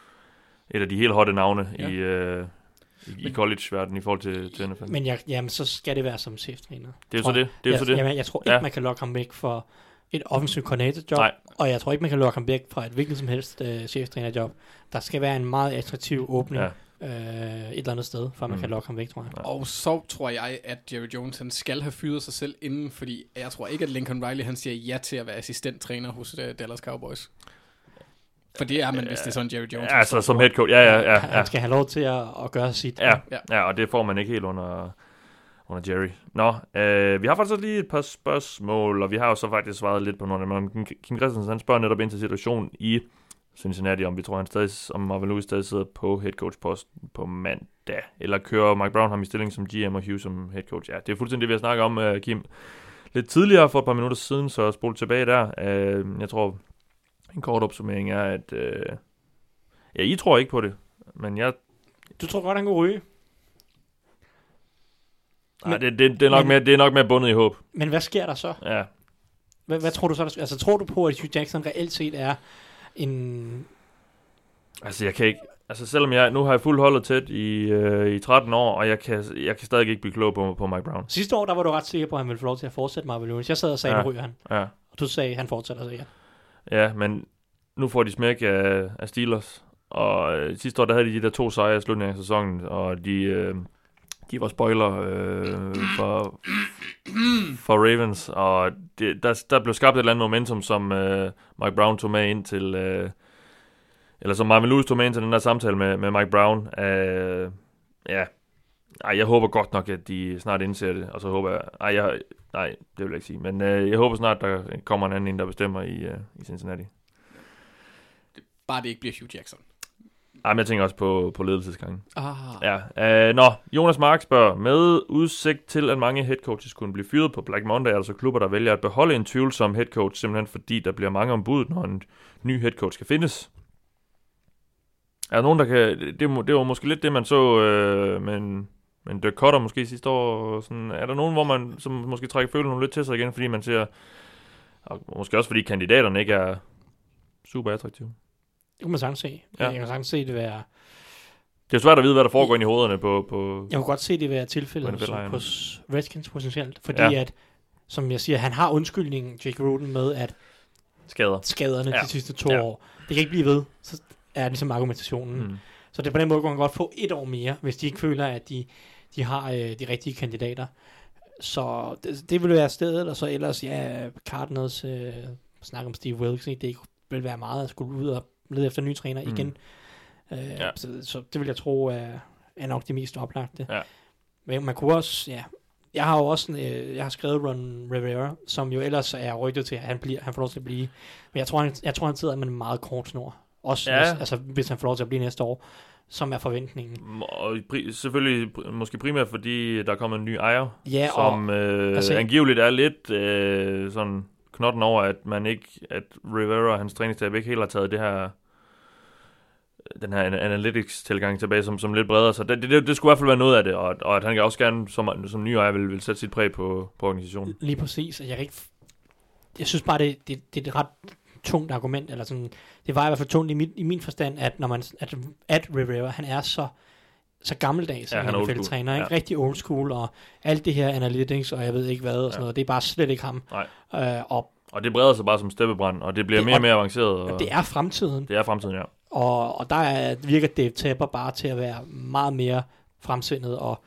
Et af de helt hotte navne i college-verdenen i forhold til NFL. Men jamen, så skal det være som cheftræner. Det er jo så det. Jamen, jeg tror ikke, man kan lokke ham væk for et offensivt koordinatorjob, og jeg tror ikke, man kan lukke ham væk fra et hvilket som helst cheftrænerjob. Der skal være en meget attraktiv åbning. Et eller andet sted, for man kan lokke ham væk, tror jeg. Ja. Og så tror jeg, at Jerry Jones han skal have fyret sig selv inden, fordi jeg tror ikke, at Lincoln Riley han siger ja til at være assistenttræner hos Dallas Cowboys. For det er man, hvis det er sådan Jerry Jones. Ja, altså som head coach. Ja. Han skal have lov til at gøre sit. Ja, og det får man ikke helt under Jerry. Vi har faktisk lige et par spørgsmål, og vi har jo så faktisk svaret lidt på nogle af dem. Kim Christensen, han spørger netop ind til situationen i Cincinnati, om vi tror, om Marvin Lewis stadig sidder på headcoach-posten på mandag, eller kører Mike Brown ham i stilling som GM og Hughes som headcoach. Ja, det er fuldstændig det, vi har snakket om, Kim, lidt tidligere for et par minutter siden, så spol tilbage der. Jeg tror, en kort opsummering er, at I tror ikke på det, men Du tror godt, han kunne ryge? Nej, det er nok mere bundet i håb. Men hvad sker der så? Ja. Hvad tror du så? Altså, tror du på, at Hugh Jackson reelt set er en... Altså, jeg kan ikke... Altså, selvom nu har jeg fuldt holdet tæt i 13 år, og jeg kan stadig ikke blive klog på Mike Brown. Sidste år, der var du ret sikker på, at han ville få lov til at fortsætte Marvin Lewis. Jeg sad og sagde, nu ryger han. Ja. Og du sagde, at han fortsætter sikkert. Ja, men nu får de smæk af Steelers. Og sidste år, der havde de der 2 sejre i slutningen af sæsonen, og de var spoiler for Ravens, og der blev skabt et eller andet momentum, som Mike Brown tog med ind til, eller som Marvin Lewis tog med ind til den der samtale med Mike Brown. Jeg håber godt nok, at de snart indser det, og så håber jeg, nej, det vil jeg ikke sige, men jeg håber snart, der kommer en anden, der bestemmer i Cincinnati. Bare det ikke bliver Hugh Jackson. Men jeg tænker også på ledelsesgangen. Jonas Mark spørger, med udsigt til, at mange headcoaches kunne blive fyret på Black Monday, er der så klubber, der vælger at beholde en tvivlsom headcoach, simpelthen fordi der bliver mange ombud, når en ny headcoach skal findes. Er der nogen, der kan... Det var måske lidt det, man så men Dirk Kotter måske sidste år. Sådan, er der nogen, hvor man som måske trækker følelsen lidt til sig igen, fordi man ser... Og måske også fordi kandidaterne ikke er super attraktive? Det kunne man sagtens se. Ja. Jeg kan sagtens se det være... Det er svært at vide, hvad der foregår ind i hovederne på... Jeg kunne godt se det være tilfældet hos Redskins potentielt, fordi at, som jeg siger, han har undskyldningen, Jake Gruden, med at skaderne de sidste 2 år. Det kan ikke blive ved, så er ligesom argumentationen. Så det på den måde kan man godt få 1 år mere, hvis de ikke føler, at de har de rigtige kandidater. Så det vil være stedet, og så ellers, Cardinals snakke om Steve Wilkes, det vil være meget at skulle ud og lede efter nye træner igen. Så det vil jeg tro er nok det mest oplagte. Ja. Men man kunne også, jeg har jo også jeg har skrevet Ron Rivera, som jo ellers er rygtet til, at han får lov til at blive. Men jeg tror han sidder med en meget kort snor. Også hvis han får lov til at blive næste år, som er forventningen. Og selvfølgelig måske primært fordi der er kommet en ny ejer, som altså, angiveligt er lidt sådan knotten over, at Rivera og hans træningsstab ikke helt har taget den her analytics-tilgang tilbage som lidt bredere. Så det skulle i hvert fald være noget af det, og at han kan også gerne som ny ejer vil sætte sit præg på organisationen. Lige præcis. Jeg synes bare, det er et ret tungt argument, eller sådan, det var i hvert fald tungt i min forstand, at når at Rivera, han er så gammeldags, han er træner, ikke? Rigtig old school, og alt det her analytics, og jeg ved ikke hvad, og sådan noget, det er bare slet ikke ham. Og det breder sig bare som steppebrand, og det bliver mere og mere avanceret. Og det er fremtiden. Det er fremtiden, ja. Og der virker Dave Tepper bare til at være meget mere fremsindet og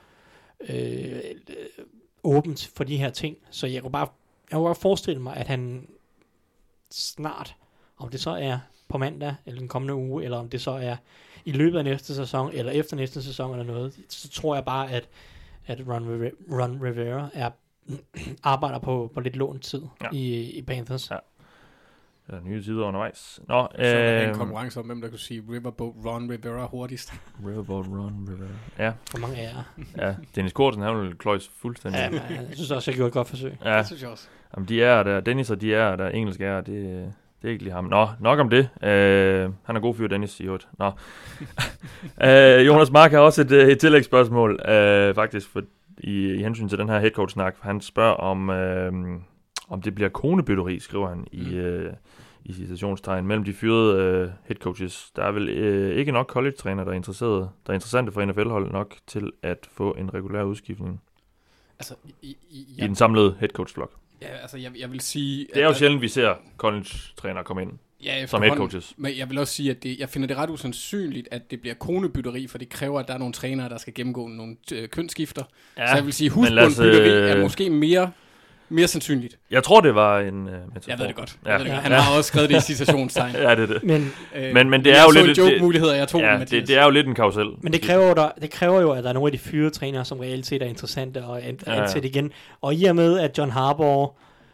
åbent for de her ting. Så jeg kunne bare forestille mig, at han snart, om det så er på mandag, eller den kommende uge, eller om det så er i løbet af næste sæson, eller efter næste sæson, eller noget, så tror jeg bare, at Ron Rivera arbejder på lidt lånt tid i Panthers. Ja. Der er nye tider undervejs. Så er der en konkurrence om, hvem der kunne sige Riverboat Ron Rivera hurtigst. Riverboat Ron Rivera. Ja. For mange af jer. Ja, Dennis Kortsen, han vil kløjs fuldstændig. Ja, men jeg synes også, jeg gjorde et godt forsøg. Ja. Det synes jeg også. Jamen, de er der. Dennis og de er der. Engelsk er det er ikke lige ham. Nå, nok om det. Han er god fyr, Dennis, i øvrigt. Nå. Jonas Mark har også et tillægsspørgsmål, faktisk, i hensyn til den her headcoach-snak. Han spørger om det bliver konebytteri, skriver han i citationstegn, mellem de fyrede headcoaches. Der er vel ikke nok college-træner, der er interessante for NFL-hold nok til at få en regulær udskiftning altså, i den samlede headcoach-flok. Ja, altså jeg vil sige... Det er jo sjældent, vi ser college-trænere komme ind som headcoaches. Men jeg vil også sige, at jeg finder det ret usandsynligt, at det bliver konebytteri, for det kræver, at der er nogle trænere, der skal gennemgå nogle kønsskifter. Ja, så jeg vil sige, husbundbytteri er måske mere sandsynligt. Jeg tror, det var en metafor. Jeg ved det godt. Han har også skrevet det i citationstegn. Ja, det er det. Men det er jo lidt... joke-muligheder, jeg tog den, Mathias. Det er jo lidt en kausel. Men det kræver jo, at der er nogle af de fyrede trænere, som reelt set er interessante og ansætte igen. Og i og med, at John Harbaugh...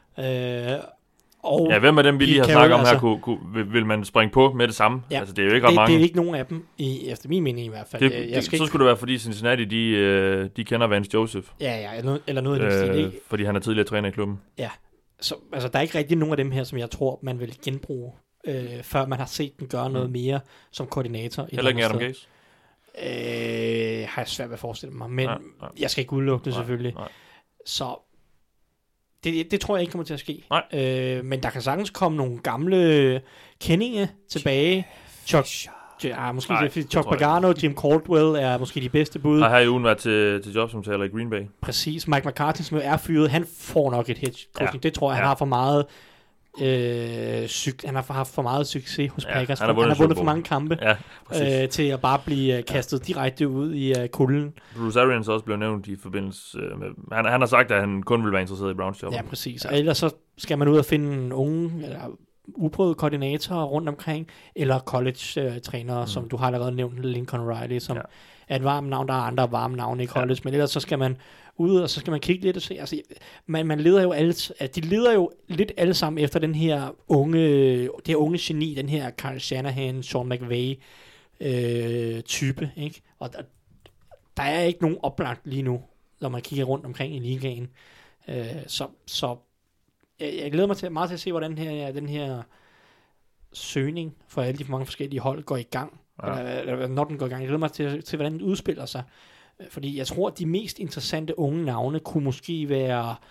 og hvem af dem, vi lige har snakket om her, vil man springe på med det samme? Ja, altså, det er jo ikke ret mange. Det er ikke nogen af dem, efter min mening i hvert fald. Så skulle det være, fordi Cincinnati, de kender Vance Joseph. Ja, eller noget af den stil. Fordi han er tidligere træner i klubben. Ja, så altså, der er ikke rigtig nogen af dem her, som jeg tror, man vil genbruge, før man har set den gøre noget mere som koordinator. Heller ikke Adam Gase? Har jeg svært ved at forestille mig, men jeg skal ikke udelukke det selvfølgelig. Så... Det tror jeg ikke kommer til at ske. Men der kan sagtens komme nogle gamle kendinge tilbage. Chuck Pagano, Jim Caldwell er måske de bedste bud. Har her i ugen været til jobsamtaler i Green Bay. Præcis. Mike McCarthy, som er fyret, han får nok et head coaching. Det tror jeg, han har for meget... han har haft for meget succes hos Packers. Han har vundet for mange kampe til at bare blive kastet direkte ud i kulden. Bruce Arians også blev nævnt i forbindelse med... Han har sagt, at han kun vil være interesseret i Browns job. Ja, præcis. Og ellers så skal man ud og finde en unge eller uprøvede koordinatorer rundt omkring, eller college-trænere, som du har allerede nævnt, Lincoln Riley, som er et varmt navn. Der er andre varme navne i college, men ellers så skal man ud, og så skal man kigge lidt og se. Altså, man leder jo de leder jo lidt alle sammen efter den her unge geni, den her Kyle Shanahan, Sean McVay type, ikke? Og der er ikke nogen oplagt lige nu, når man kigger rundt omkring i ligaen. Så jeg glæder mig meget til at se, hvordan den her søgning for alle de mange forskellige hold går i gang. Eller når den går i gang. Jeg glæder mig til hvordan den udspiller sig. Fordi jeg tror, at de mest interessante unge navne kunne måske være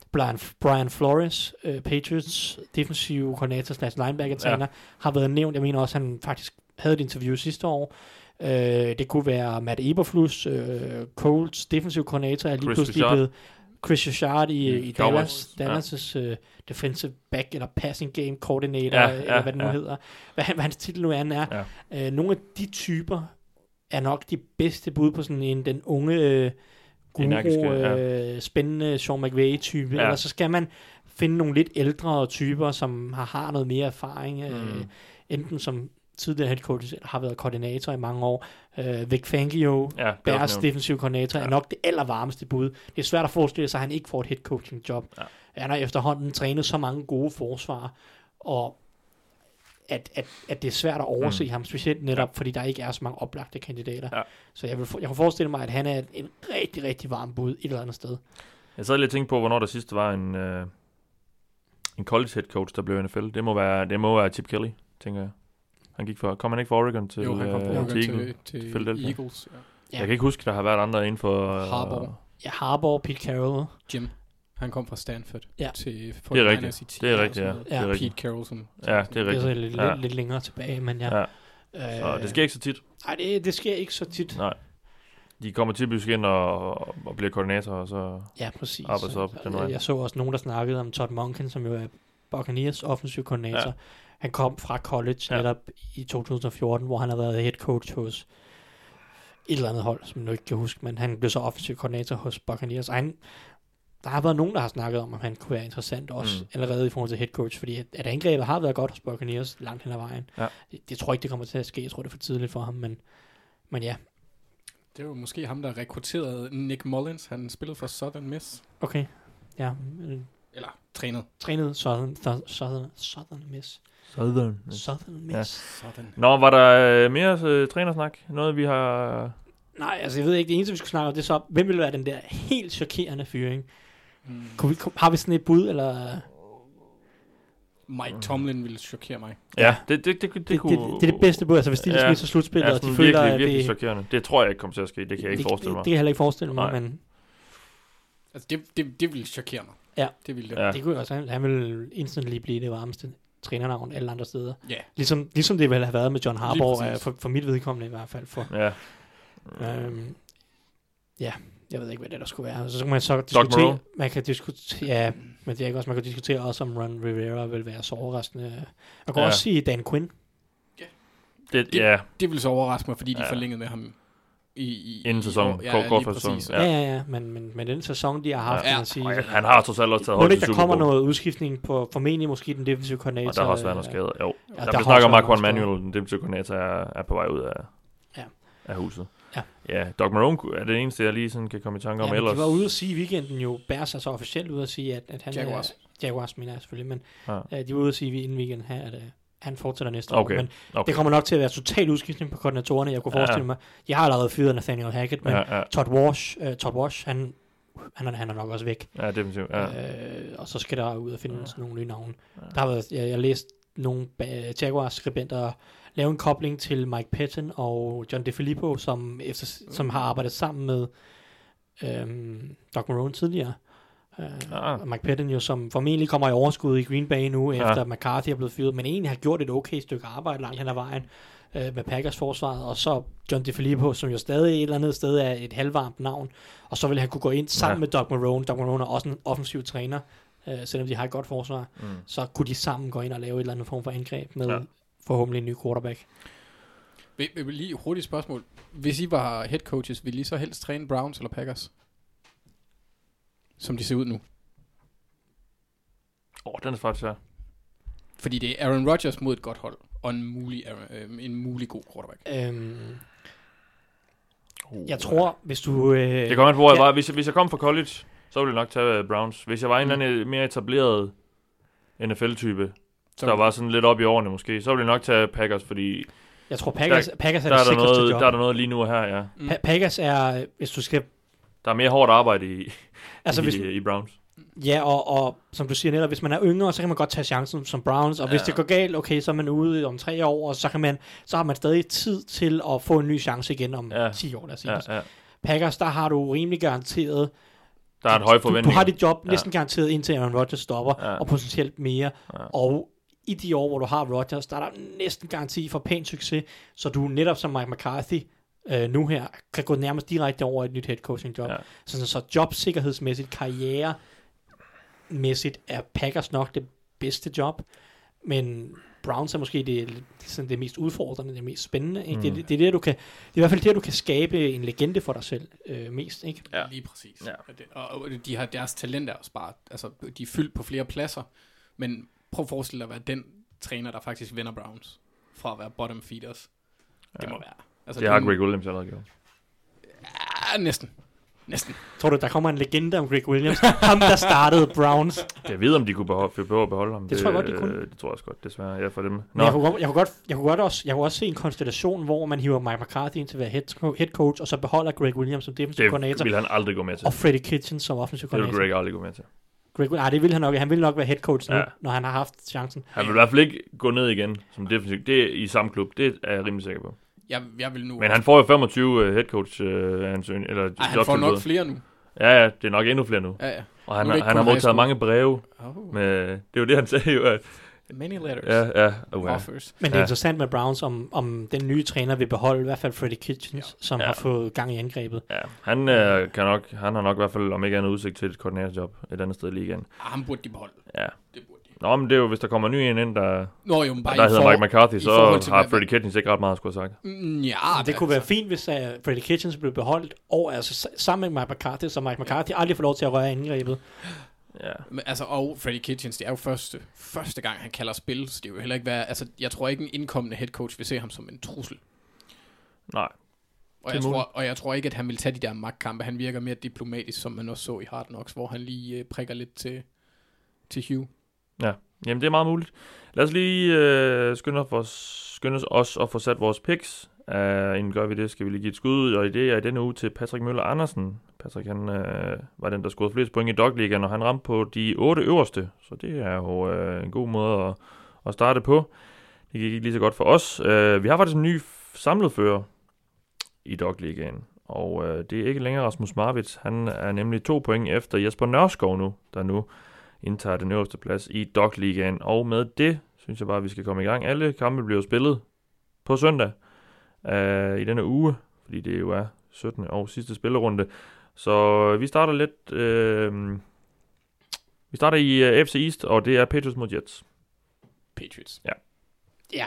Brian Flores, Patriots defensive koordinator / linebacker-træner, har været nævnt. Jeg mener også, han faktisk havde et interview sidste år. Det kunne være Matt Eberflus, Colts defensive koordinator, er lige pludselig blevet Chris Shard i Dallas' defensive back eller passing game coordinator, eller hvad det nu hedder. Hvad hans titel nu er. Nogle af de typer er nok de bedste bud på sådan den unge guru, spændende Sean McVay-type. Eller så skal man finde nogle lidt ældre typer, som har noget mere erfaring, enten som tidligere head coach har været koordinator i mange år. Vic Fangio, Bears defensive koordinator, er nok det allervarmeste bud. Det er svært at forestille sig, at han ikke får et head coaching job. Han har efterhånden trænet så mange gode forsvar, og at det er svært at overse ham, specielt netop, fordi der ikke er så mange oplagte kandidater. Så jeg kan forestille mig, at han er en rigtig, rigtig varm bud et eller andet sted. Jeg sad lige og tænkte på, hvornår der sidste var en college head coach, der blev NFL. Det må være Chip Kelly, tænker jeg. Kom han ikke fra Oregon til Eagles? Ja. Jeg kan ikke huske, der har været andre inden for Harbaugh, Pete Carroll. Jim. Han kom fra Stanford til det er rigtigt. Det er rigtigt, ja. Det er Pete Carroll som det er rigtigt. Det er lidt længere tilbage, men ja. Så det sker ikke så tit. Nej, det sker ikke så tit. Nej. De kommer typisk ind og bliver koordinatorer, og så præcis. arbejder sig op den vej. Jeg så også nogen, der snakkede om Todd Monken, som jo er Buccaneers offensiv koordinator. Han kom fra college netop i 2014, hvor han har været head coach hos et eller andet hold, som jeg nu ikke kan huske, men han blev så offensiv koordinator hos Buccaneers. Der har været nogen, der har snakket om man kunne være interessant også, allerede i forhold til head coach, fordi at angrebet har været godt hos Buccaneers langt hen ad vejen. Det tror jeg ikke, det kommer til at ske. Jeg tror, det er for tidligt for ham, men ja. Det var måske ham, der rekrutterede Nick Mullins. Han spillede for Southern Miss. Okay, ja. Eller trænet. Southern Miss. Southern Miss. Nå, var der mere trænersnak? Noget, vi har... Nej, altså jeg ved ikke, det eneste, vi skulle snakke om, det er så, hvem ville være den der helt chokerende fyring? Har vi sådan et bud, eller... Mike Tomlin ville chokere mig. Ja, det kunne... Det er det bedste bud, altså hvis de spiser slutspillet, og de føler, at virkelig chokerende. Det tror jeg ikke kommer til at ske, det kan jeg ikke forestille mig. Det kan jeg heller ikke forestille mig, men... Altså det ville chokere mig. Ja, det ville det. Ja. Det kunne også, han ville instantly blive det varmeste trænernavn alle andre steder. Ja. Ligesom det ville have været med John Harbaugh, for mit vedkommende i hvert fald. Jeg ved ikke, hvad det der skulle være. Så kan man så diskutere... Man kan diskutere... men det er ikke også, man kan diskutere også, om Ron Rivera vil være så overraskende. Jeg kan også sige Dan Quinn. Det ville så overraske mig, fordi de forlængede med ham inden sæsonen. Kort for sæsonen. Ja. Men den sæson, de har haft, kan man sige... Han har trods alt også taget hold til Super Bowl. Der kommer noget udskiftning på formentlig måske den defensive koordinator. Og der har også været noget skade. Jo. Der bliver snakket om Marquand Manuel, den defensive koordinator, er på vej ud af huset. Ja, Doug Marrone er det eneste, jeg lige sådan kan komme i tanke om ellers. De var ude at sige i weekenden jo, Bears er så officielt ude at sige, at han Jaguars mener jeg selvfølgelig, men de var ude at sige inden weekenden her, at han fortsætter næste år. Men det kommer nok til at være total udskiftning på koordinatorerne. Jeg kunne forestille mig, jeg har allerede fyret Nathaniel Hackett, men Todd Wash, han er nok også væk. Ja, definitivt. Og så skal der ud og finde nogle nye navne. Der har været, jeg læst nogle Jaguars-skribenter lave en kobling til Mike Pettin og John DeFilippo, som har arbejdet sammen med Doug Marrone tidligere. Mike Pettin jo, som formentlig kommer i overskud i Green Bay nu, efter McCarthy er blevet fyret, men egentlig har gjort et okay stykke arbejde langt hen ad vejen med Packers forsvaret, og så John DeFilippo, som jo stadig et eller andet sted er et halvvarmt navn, og så vil han kunne gå ind sammen med Doug Marrone. Doug Marrone er også en offensiv træner, selvom de har et godt forsvar, så kunne de sammen gå ind og lave et eller andet form for angreb med forhåbentlig en ny quarterback. Lige hurtigt spørgsmål. Hvis I var head coaches, ville I så helst træne Browns eller Packers? Som de ser ud nu. Den er faktisk her. Fordi det er Aaron Rodgers mod et godt hold, og en mulig god quarterback. Jeg tror, hvis du... det kommer an på, hvor jeg var. Hvis jeg kom fra college, så ville jeg nok tage Browns. Hvis jeg var en eller anden mere etableret NFL-type, der var sådan lidt op i årene måske, så ville jeg nok tage Packers, fordi... Jeg tror, Packers er det sikreste job. Der er der noget lige nu her, ja. Packers er, hvis du skal... Der er mere hårdt arbejde i Browns. Ja, og som du siger netop, hvis man er yngre, så kan man godt tage chancen som Browns, og hvis det går galt, okay, så er man ude om 3 år, og så har man stadig tid til at få en ny chance igen om 10 år, lad os sige. Packers, der har du rimelig garanteret Der er et højt forventning. Du har dit job næsten garanteret indtil Aaron Rodgers stopper, og potentielt mere. Ja. Og i de år, hvor du har Rodgers, der er der næsten garanti for pæn succes, så du netop som Mike McCarthy nu her, kan gå nærmest direkte over et nyt head coaching job. Ja. Så jobsikkerhedsmæssigt, karrieremæssigt er Packers nok det bedste job, men Browns er måske det mest udfordrende, det mest spændende. Ikke? Det er det, du kan, det er i hvert fald det, du kan skabe en legende for dig selv mest. Ikke? Ja, lige præcis. Ja. Og de har deres talenter også bare, altså de er fyldt på flere pladser, men prøv at forestille dig at være den træner, der faktisk vinder Browns, fra at være bottom feeders. Det må være. Altså, det har Greg Williams allerede gjort. Ja, næsten. Tror du, der kommer en legende om Greg Williams? Ham, der startede Browns. Jeg ved, om de kunne beholde ham. Det tror jeg godt, de kunne. Det tror jeg også godt, desværre. Ja, for dem. Men jeg kunne også se en konstellation, hvor man hiver Mike McCarthy ind til at være head coach, og så beholder Greg Williams som defensive koordinator. Det vil han aldrig gå med til. Og Freddie Kitchens som offensive koordinator. Det vil Greg aldrig gå med til. Det vil han nok. Han vil nok være head coach nu, når han har haft chancen. Han vil i hvert fald ikke gå ned igen som defensive. Det er i samme klub. Det er jeg rimelig sikker på. Jeg vil nu. Men han får jo 25 head coach ansøgning eller han får nok flere nu. Ja, det er nok endnu flere nu. Ja. Og han har modtaget mange breve. Med, det er jo det, han sagde jo. At, many letters. Ja. Offers. Men det er interessant med Browns, om den nye træner vil beholde i hvert fald Freddie Kitchens, som har fået gang i angrebet. Ja, han har nok i hvert fald, om ikke andet, udsigt til et koordinatorjob et andet sted i ligaen. Han burde de beholde. Ja. Det burde de. Nå, men det er jo, hvis der kommer ny en ind, der hedder Mike McCarthy, så har Freddie Kitchens ikke ret meget at skulle have sagt. Ja, det kunne være fint, hvis Freddie Kitchens blev beholdt, og altså sammen med Mike McCarthy, så Mike McCarthy aldrig får lov til at røre angrebet. Ja. Men, altså, og Freddie Kitchens, det er jo første gang, han kalder spil, så det vil heller ikke være, altså, jeg tror ikke en indkommende head coach vil se ham som en trussel. Nej. Og jeg tror ikke, at han vil tage de der magtkampe. Han virker mere diplomatisk, som man også så i Hard Knocks, hvor han lige prikker lidt til Hugh. Ja, jamen det er meget muligt. Lad os lige skynde os at få sat vores picks. Inden gør vi det, skal vi lige give et skud, og det er i denne uge til Patrick Møller Andersen. Patrick, han var den, der scorede flest point i Dog-ligaen, og han ramte på de 8 øverste, så det er jo en god måde at starte på. Det gik ikke lige så godt for os. Vi har faktisk en ny samlet fører i Dog-ligaen, og det er ikke længere Rasmus Marwitz. Han er nemlig 2 point efter Jesper Nørskov nu, der nu indtager den øverste plads i Dog-ligaen, og med det synes jeg bare, at vi skal komme i gang. Alle kampe bliver spillet på søndag i denne uge, fordi det jo er 17. og sidste spillerunde. Så vi starter lidt... vi starter i FC East, og det er Patriots mod Jets. Patriots. Ja.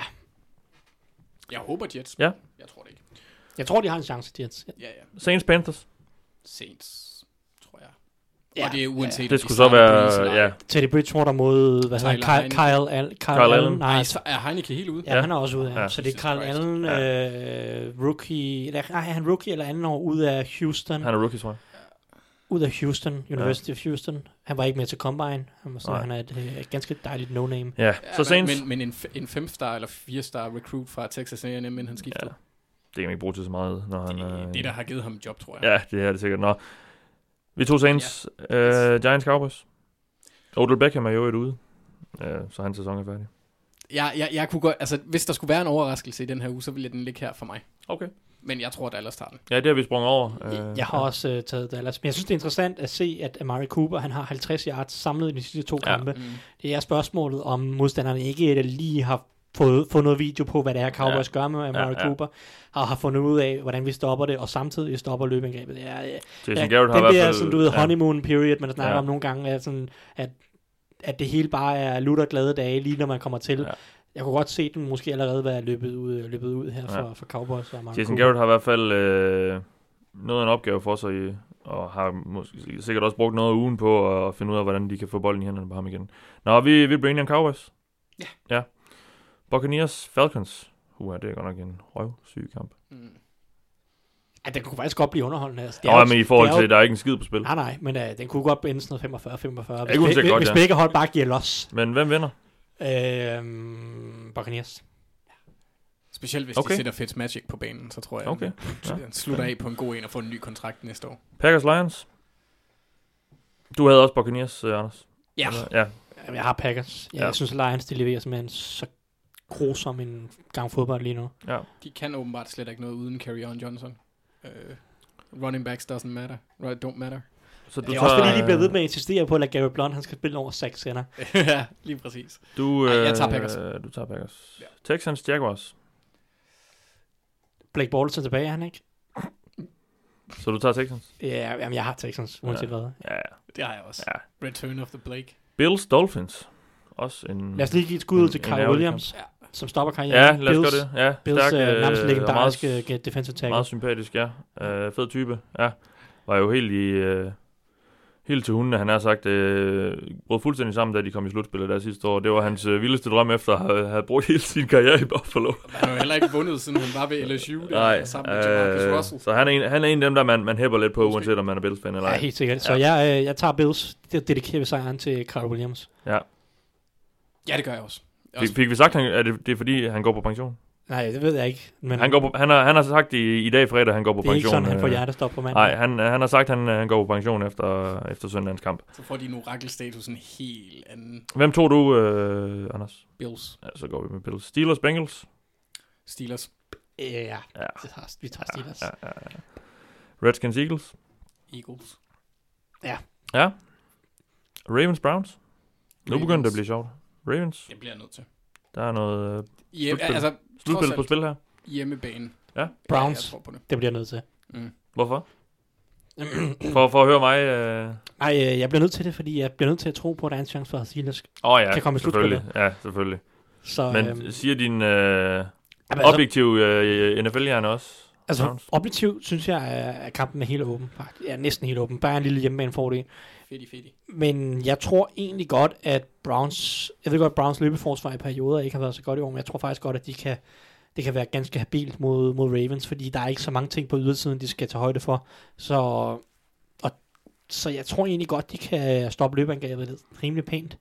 Jeg håber Jets. Ja. Jeg tror det ikke. Jeg tror, de har en chance, Jets. Ja. Saints Panthers. Saints, tror jeg. Ja. Og det er uanset... Det skulle så være... Teddy Bridgewater mod... Hvad hedder Kyle Allen. Nej, er Heineke helt ude? Ja, han er også ude. Ja. Så det er Kyle Allen, rookie... Nej, han rookie eller anden år ude af Houston. Han er rookie, tror jeg. Ud af Houston, University of Houston. Han var ikke med til Combine. Han er et ganske dejligt no-name. Ja, så Saints... Men en 5-star eller 4-star recruit fra Texas A&M, inden han skiftede. Ja. Det kan man ikke bruge til så meget, når han... Det, der har givet ham et job, tror jeg. Ja, det er det sikkert. Nå. Vi tog Saints. Giants Cowboys. Odell Beckham er jo ude. Så hans sæson er færdig. Jeg kunne godt... Altså, hvis der skulle være en overraskelse i den her uge, så ville den ligge her for mig. Okay. Men jeg tror, Dallas tager den. Ja, det har vi sprunget over. Jeg har også taget Dallas. Men jeg synes, det er interessant at se, at Amari Cooper, han har 50 yards samlet i de sidste 2 kampe. Det er spørgsmålet, om modstanderne ikke lige har fået noget video på, hvad det er, Cowboys gør med Amari Cooper, og har fundet ud af, hvordan vi stopper det, og samtidig stopper løbeangrebet. Jason Garrett har i hvert fald... sådan, du ved, honeymoon period, man snakker om nogle gange, er sådan, at det hele bare er lutter glade dage, lige når man kommer til. Ja. Jeg kunne godt se den måske allerede være løbet ud her for Cowboys. Og Jason Garrett har i hvert fald noget af en opgave for sig, og har måske sikkert også brugt noget af ugen på at finde ud af, hvordan de kan få bolden i hænderne på ham igen. Nå, vi bliver enige om Cowboys. Ja. Buccaneers Falcons. Det er godt nok en røvsyg kamp. Ja, den kunne faktisk godt blive underholdende. Altså, men i forhold til, der er ikke en skid på spil. Nej, men den kunne godt ende sådan noget 45-45. Hvis begge hold bare giver los. Men hvem vinder? Buccaneers. Specielt hvis de sætter Fitzmagic på banen, så tror jeg, han slutter af på en god en og får en ny kontrakt næste år. Packers Lions. Du havde også Buccaneers, Anders. Ja. Jamen, jeg har Packers. Jeg synes, at Lions de leverer simpelthen så grusom en gang fodbold lige nu. Ja. De kan åbenbart slet ikke noget uden Kerryon Johnson. Running backs don't matter. Så du det er også fordi, de bliver ved med at insistere på, at Gary Blunt, han skal spille over 6 center. Ja, lige præcis. Jeg tager Packers. Du tager Packers. Ja. Texans, Jaguars. Blake Bortles er tilbage, han ikke? Så du tager Texans? Ja, jamen, jeg har Texans, uanset hvad. Ja. Det har jeg også. Ja. Return of the Blake. Bills, Dolphins. Også en... Lad os lige give et skud ud til Kyle Williams, som stopper karrieren. Ja, lad os gøre det. Ja, Bills stærk, nærmest legendariske defensive tackle. Meget sympatisk, ja. Fed type, ja. Var jo helt til hunden, han har sagt, brød fuldstændig sammen, da de kom i slutspillet der sidste år. Det var hans vildeste drøm efter at have brugt hele sin karriere i Buffalo. Han har jo heller ikke vundet, siden han var ved LSU. Nej, sammen med Jamarcus Russell. Så han er en af dem, der man hæpper lidt på, uanset om man er Bills-fan eller ej. Ja, helt sikkert. Så jeg tager Bills. Det dedikerer sejren til Kyle Williams. Ja. Ja, det gør jeg også. Fik vi sagt, at det er fordi, han går på pension? Nej, det ved jeg ikke. Men han har sagt i dag fredag, han går på pension. Det er ikke sådan, han får hjertestop på manden. Nej, han har sagt, at han går på pension efter søndagens kamp. Så får de en orakelstatus en helt anden. Hvem tog du, Anders? Bills. Ja, så går vi med Bills. Steelers, Bengals? Steelers. Ja. Vi tager Steelers. Ja. Redskins, Eagles? Eagles. Ja. Ravens, Browns? Nu begynder det at blive sjovt. Ravens? Det bliver jeg nødt til. Der er noget slutspil på spil her. Hjemmebane. Ja. Browns, det bliver jeg nødt til. Hvorfor? for at høre mig... Nej, jeg bliver nødt til det, fordi jeg bliver nødt til at tro på, at der er en chance for, at Steelers kan komme i slutspillet. Ja, selvfølgelig. Så, men siger din objektiv NFL-hjerne også? Altså, objektivt synes jeg, at kampen er helt åben. Ja, næsten helt åben. Bare en lille hjemmebanefordel. Fedt. Men jeg tror egentlig godt, at Browns... Jeg ved godt, at Browns løbeforsvar i perioder ikke har været så godt i år, men jeg tror faktisk godt, at det kan være ganske habilt mod Ravens, fordi der er ikke så mange ting på ydersiden, de skal tage højde for. Så jeg tror egentlig godt, de kan stoppe løbeangrebet rimelig pænt.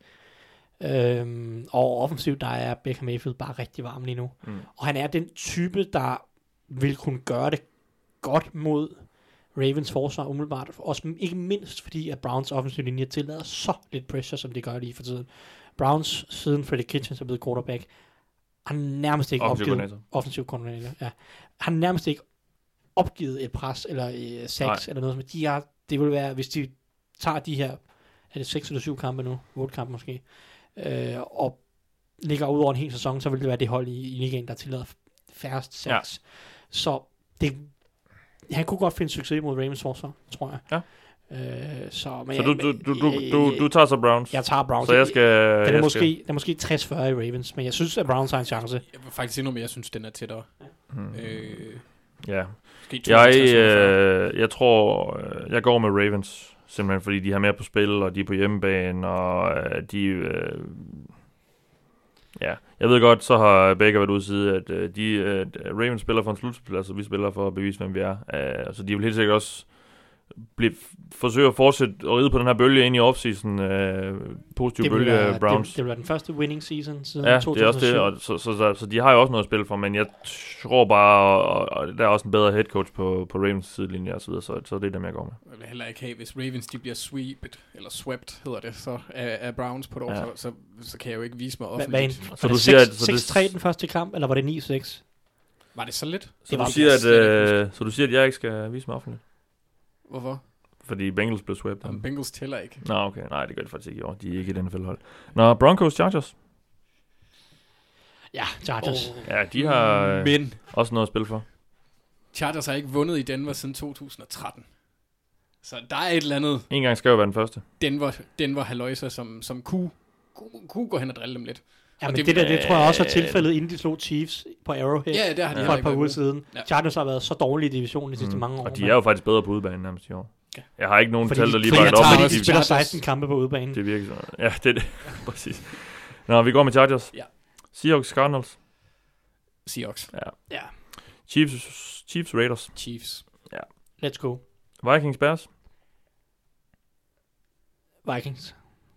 Og offensivt, der er Baker Mayfield bare rigtig varm lige nu. Og han er den type, der vil kunne gøre det godt mod Ravens forsvar umiddelbart. Også ikke mindst fordi, at Browns offensive linje tillader så lidt pressure, som det gør lige for tiden. Browns, siden Freddie Kitchens er blevet quarterback, har nærmest ikke opgivet... Offensiv koordinator, ja. Har nærmest ikke opgivet et pres, eller sacks, eller noget som det vil være, hvis de tager de her, er det 6 eller 7 kampe nu, 8 kampe måske, og ligger ud over en hel sæson, så vil det være det hold i ligaen, der tillader færrest sacks. Ja. Så han kunne godt finde succes mod Ravens forsvar, tror jeg. Ja. Så du tager så Browns? Jeg tager Browns. Så jeg skal... Den er måske 60-40 i Ravens, men jeg synes, at Browns har en chance. Jeg vil faktisk endnu mere, jeg synes, den er tættere. Ja. Jeg tror, jeg går med Ravens, simpelthen fordi de har mere på spil, og de er på hjemmebane, og de... Ja, jeg ved godt, så har Baker været ude at sige, at Ravens spiller for en slutspil, altså vi spiller for at bevise, hvem vi er. Så de vil helt sikkert også forsøge at fortsætte at ride på den her bølge ind i offseason, positiv bølge af Browns. Det var den første winning season siden 2007. Det er også det, og så de har jo også noget at spille for, men jeg tror bare, og der er også en bedre head coach på Ravens sidelinje og så videre, så det er dem, jeg går med. Jeg vil heller ikke have, hvis Ravens de bliver swept hedder det, så af Browns på et år, så kan jeg jo ikke vise mig offentligt. Så du siger, at 6-3 den første kamp, eller var det 9-6? Var det så lidt? Så du siger, at jeg ikke skal vise mig offentligt? Hvorfor? Fordi Bengals blev swept. Jamen, Bengals tæller ikke. Nå, okay. Nej, det gør det faktisk ikke i år. De er ikke i den NFL-hold. Nå, Broncos, Chargers. Ja, Chargers. Ja, de har også noget at spille for. Chargers har ikke vundet i Denver siden 2013. Så der er et eller andet... En gang skal jo være den første. Denver halløjser, som kunne gå hen og drille dem lidt. Ja, men det tror jeg også er tilfældet, inden de slog Chiefs på Arrowhead. Ja, der har de for et par uger siden. Ja. Chargers har været så dårlige i divisionen de sidste mange år. Og de er jo faktisk bedre på udebane nærmest i år. Ja. Jeg har ikke nogen tal, der lige bakket op. Fordi de spiller 16 kampe på udebane. Det virker sådan. Ja, det er det. Præcis. Nå, vi går med Chargers. Ja. Seahawks, Cardinals. Seahawks. Ja. Chiefs, Raiders. Chiefs. Ja. Let's go. Vikings, Bears. Vikings.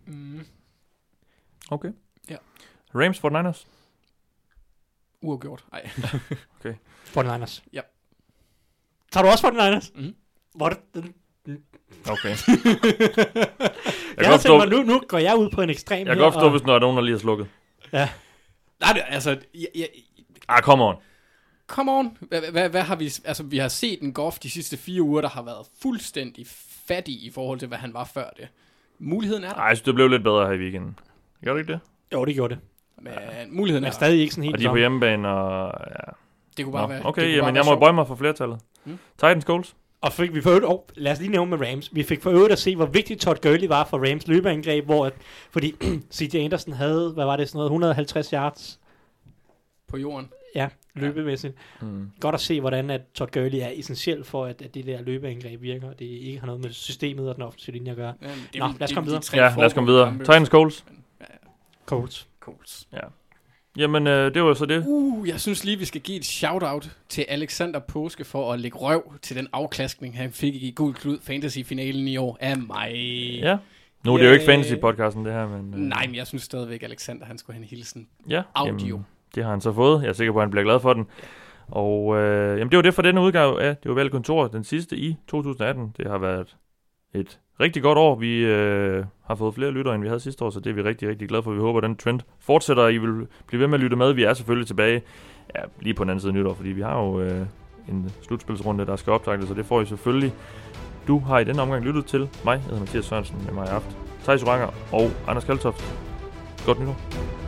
Okay. Ja. Rams, 49ers. Uafgjort. Ej. Okay. 49ers. Ja. Tager du også 49ers? Hvor det... Okay. Nu går jeg ud på en ekstrem her. Jeg kan godt forstå, hvis der er nogen, der lige har slukket. Ja. Nej, altså... Come on. come on. Hvad har vi... Altså, vi har set en Goff de sidste 4 uger, der har været fuldstændig fattig i forhold til, hvad han var før det. Muligheden er der. Ej, jeg synes, det blev lidt bedre her i weekenden. Gør det ikke det? Jo, det gjorde det. Men muligheden Men er der. stadig ikke sådan helt Og de er på hjemmebane, og... Ja. Det kunne bare være... Okay, jamen jeg må bøje mig for flertallet. Titans Colts. Og vi for øvrigt, lad os lige nævne med Rams. Vi fik for øvrigt at se, hvor vigtigt Todd Gurley var for Rams løbeangreb, fordi C.J. Anderson havde, hvad var det, sådan noget, 150 yards på jorden. Ja, løbemæssigt. Godt at se, hvordan at Todd Gurley er essentiel for, at det der løbeangreb virker, og det ikke har noget med systemet og den offensive linje at gøre. Ja, lad os komme videre. Ja, lad os komme videre. Titans Colts. Colts. Ja. Jamen, det var så det. Jeg synes lige, vi skal give et shout-out til Alexander Påske for at lægge røv til den afklaskning, han fik i Gul Klud Fantasy-finalen i år af mig. Ja. Nu er det jo ikke fantasy-podcasten, det her, men... Nej, men jeg synes stadigvæk, Alexander, han skulle have en hilsen. Ja. Audio. Jamen, det har han så fået. Jeg er sikker på, at han bliver glad for den. Og jamen, det var det for denne udgave af Det var vel kontor, den sidste i 2018. Det har været et rigtig godt år. Vi har fået flere lyttere, end vi havde sidste år, så det er vi rigtig, rigtig glade for. Vi håber, at den trend fortsætter, og I vil blive ved med at lytte med. Vi er selvfølgelig tilbage lige på den anden side nytår, fordi vi har jo en slutspilsrunde, der skal optages, så det får I selvfølgelig. Du har i denne omgang lyttet til mig. Jeg hedder Mathias Sørensen, med mig i aften. Thijs Oranger og Anders Kaltoft. Godt nytår.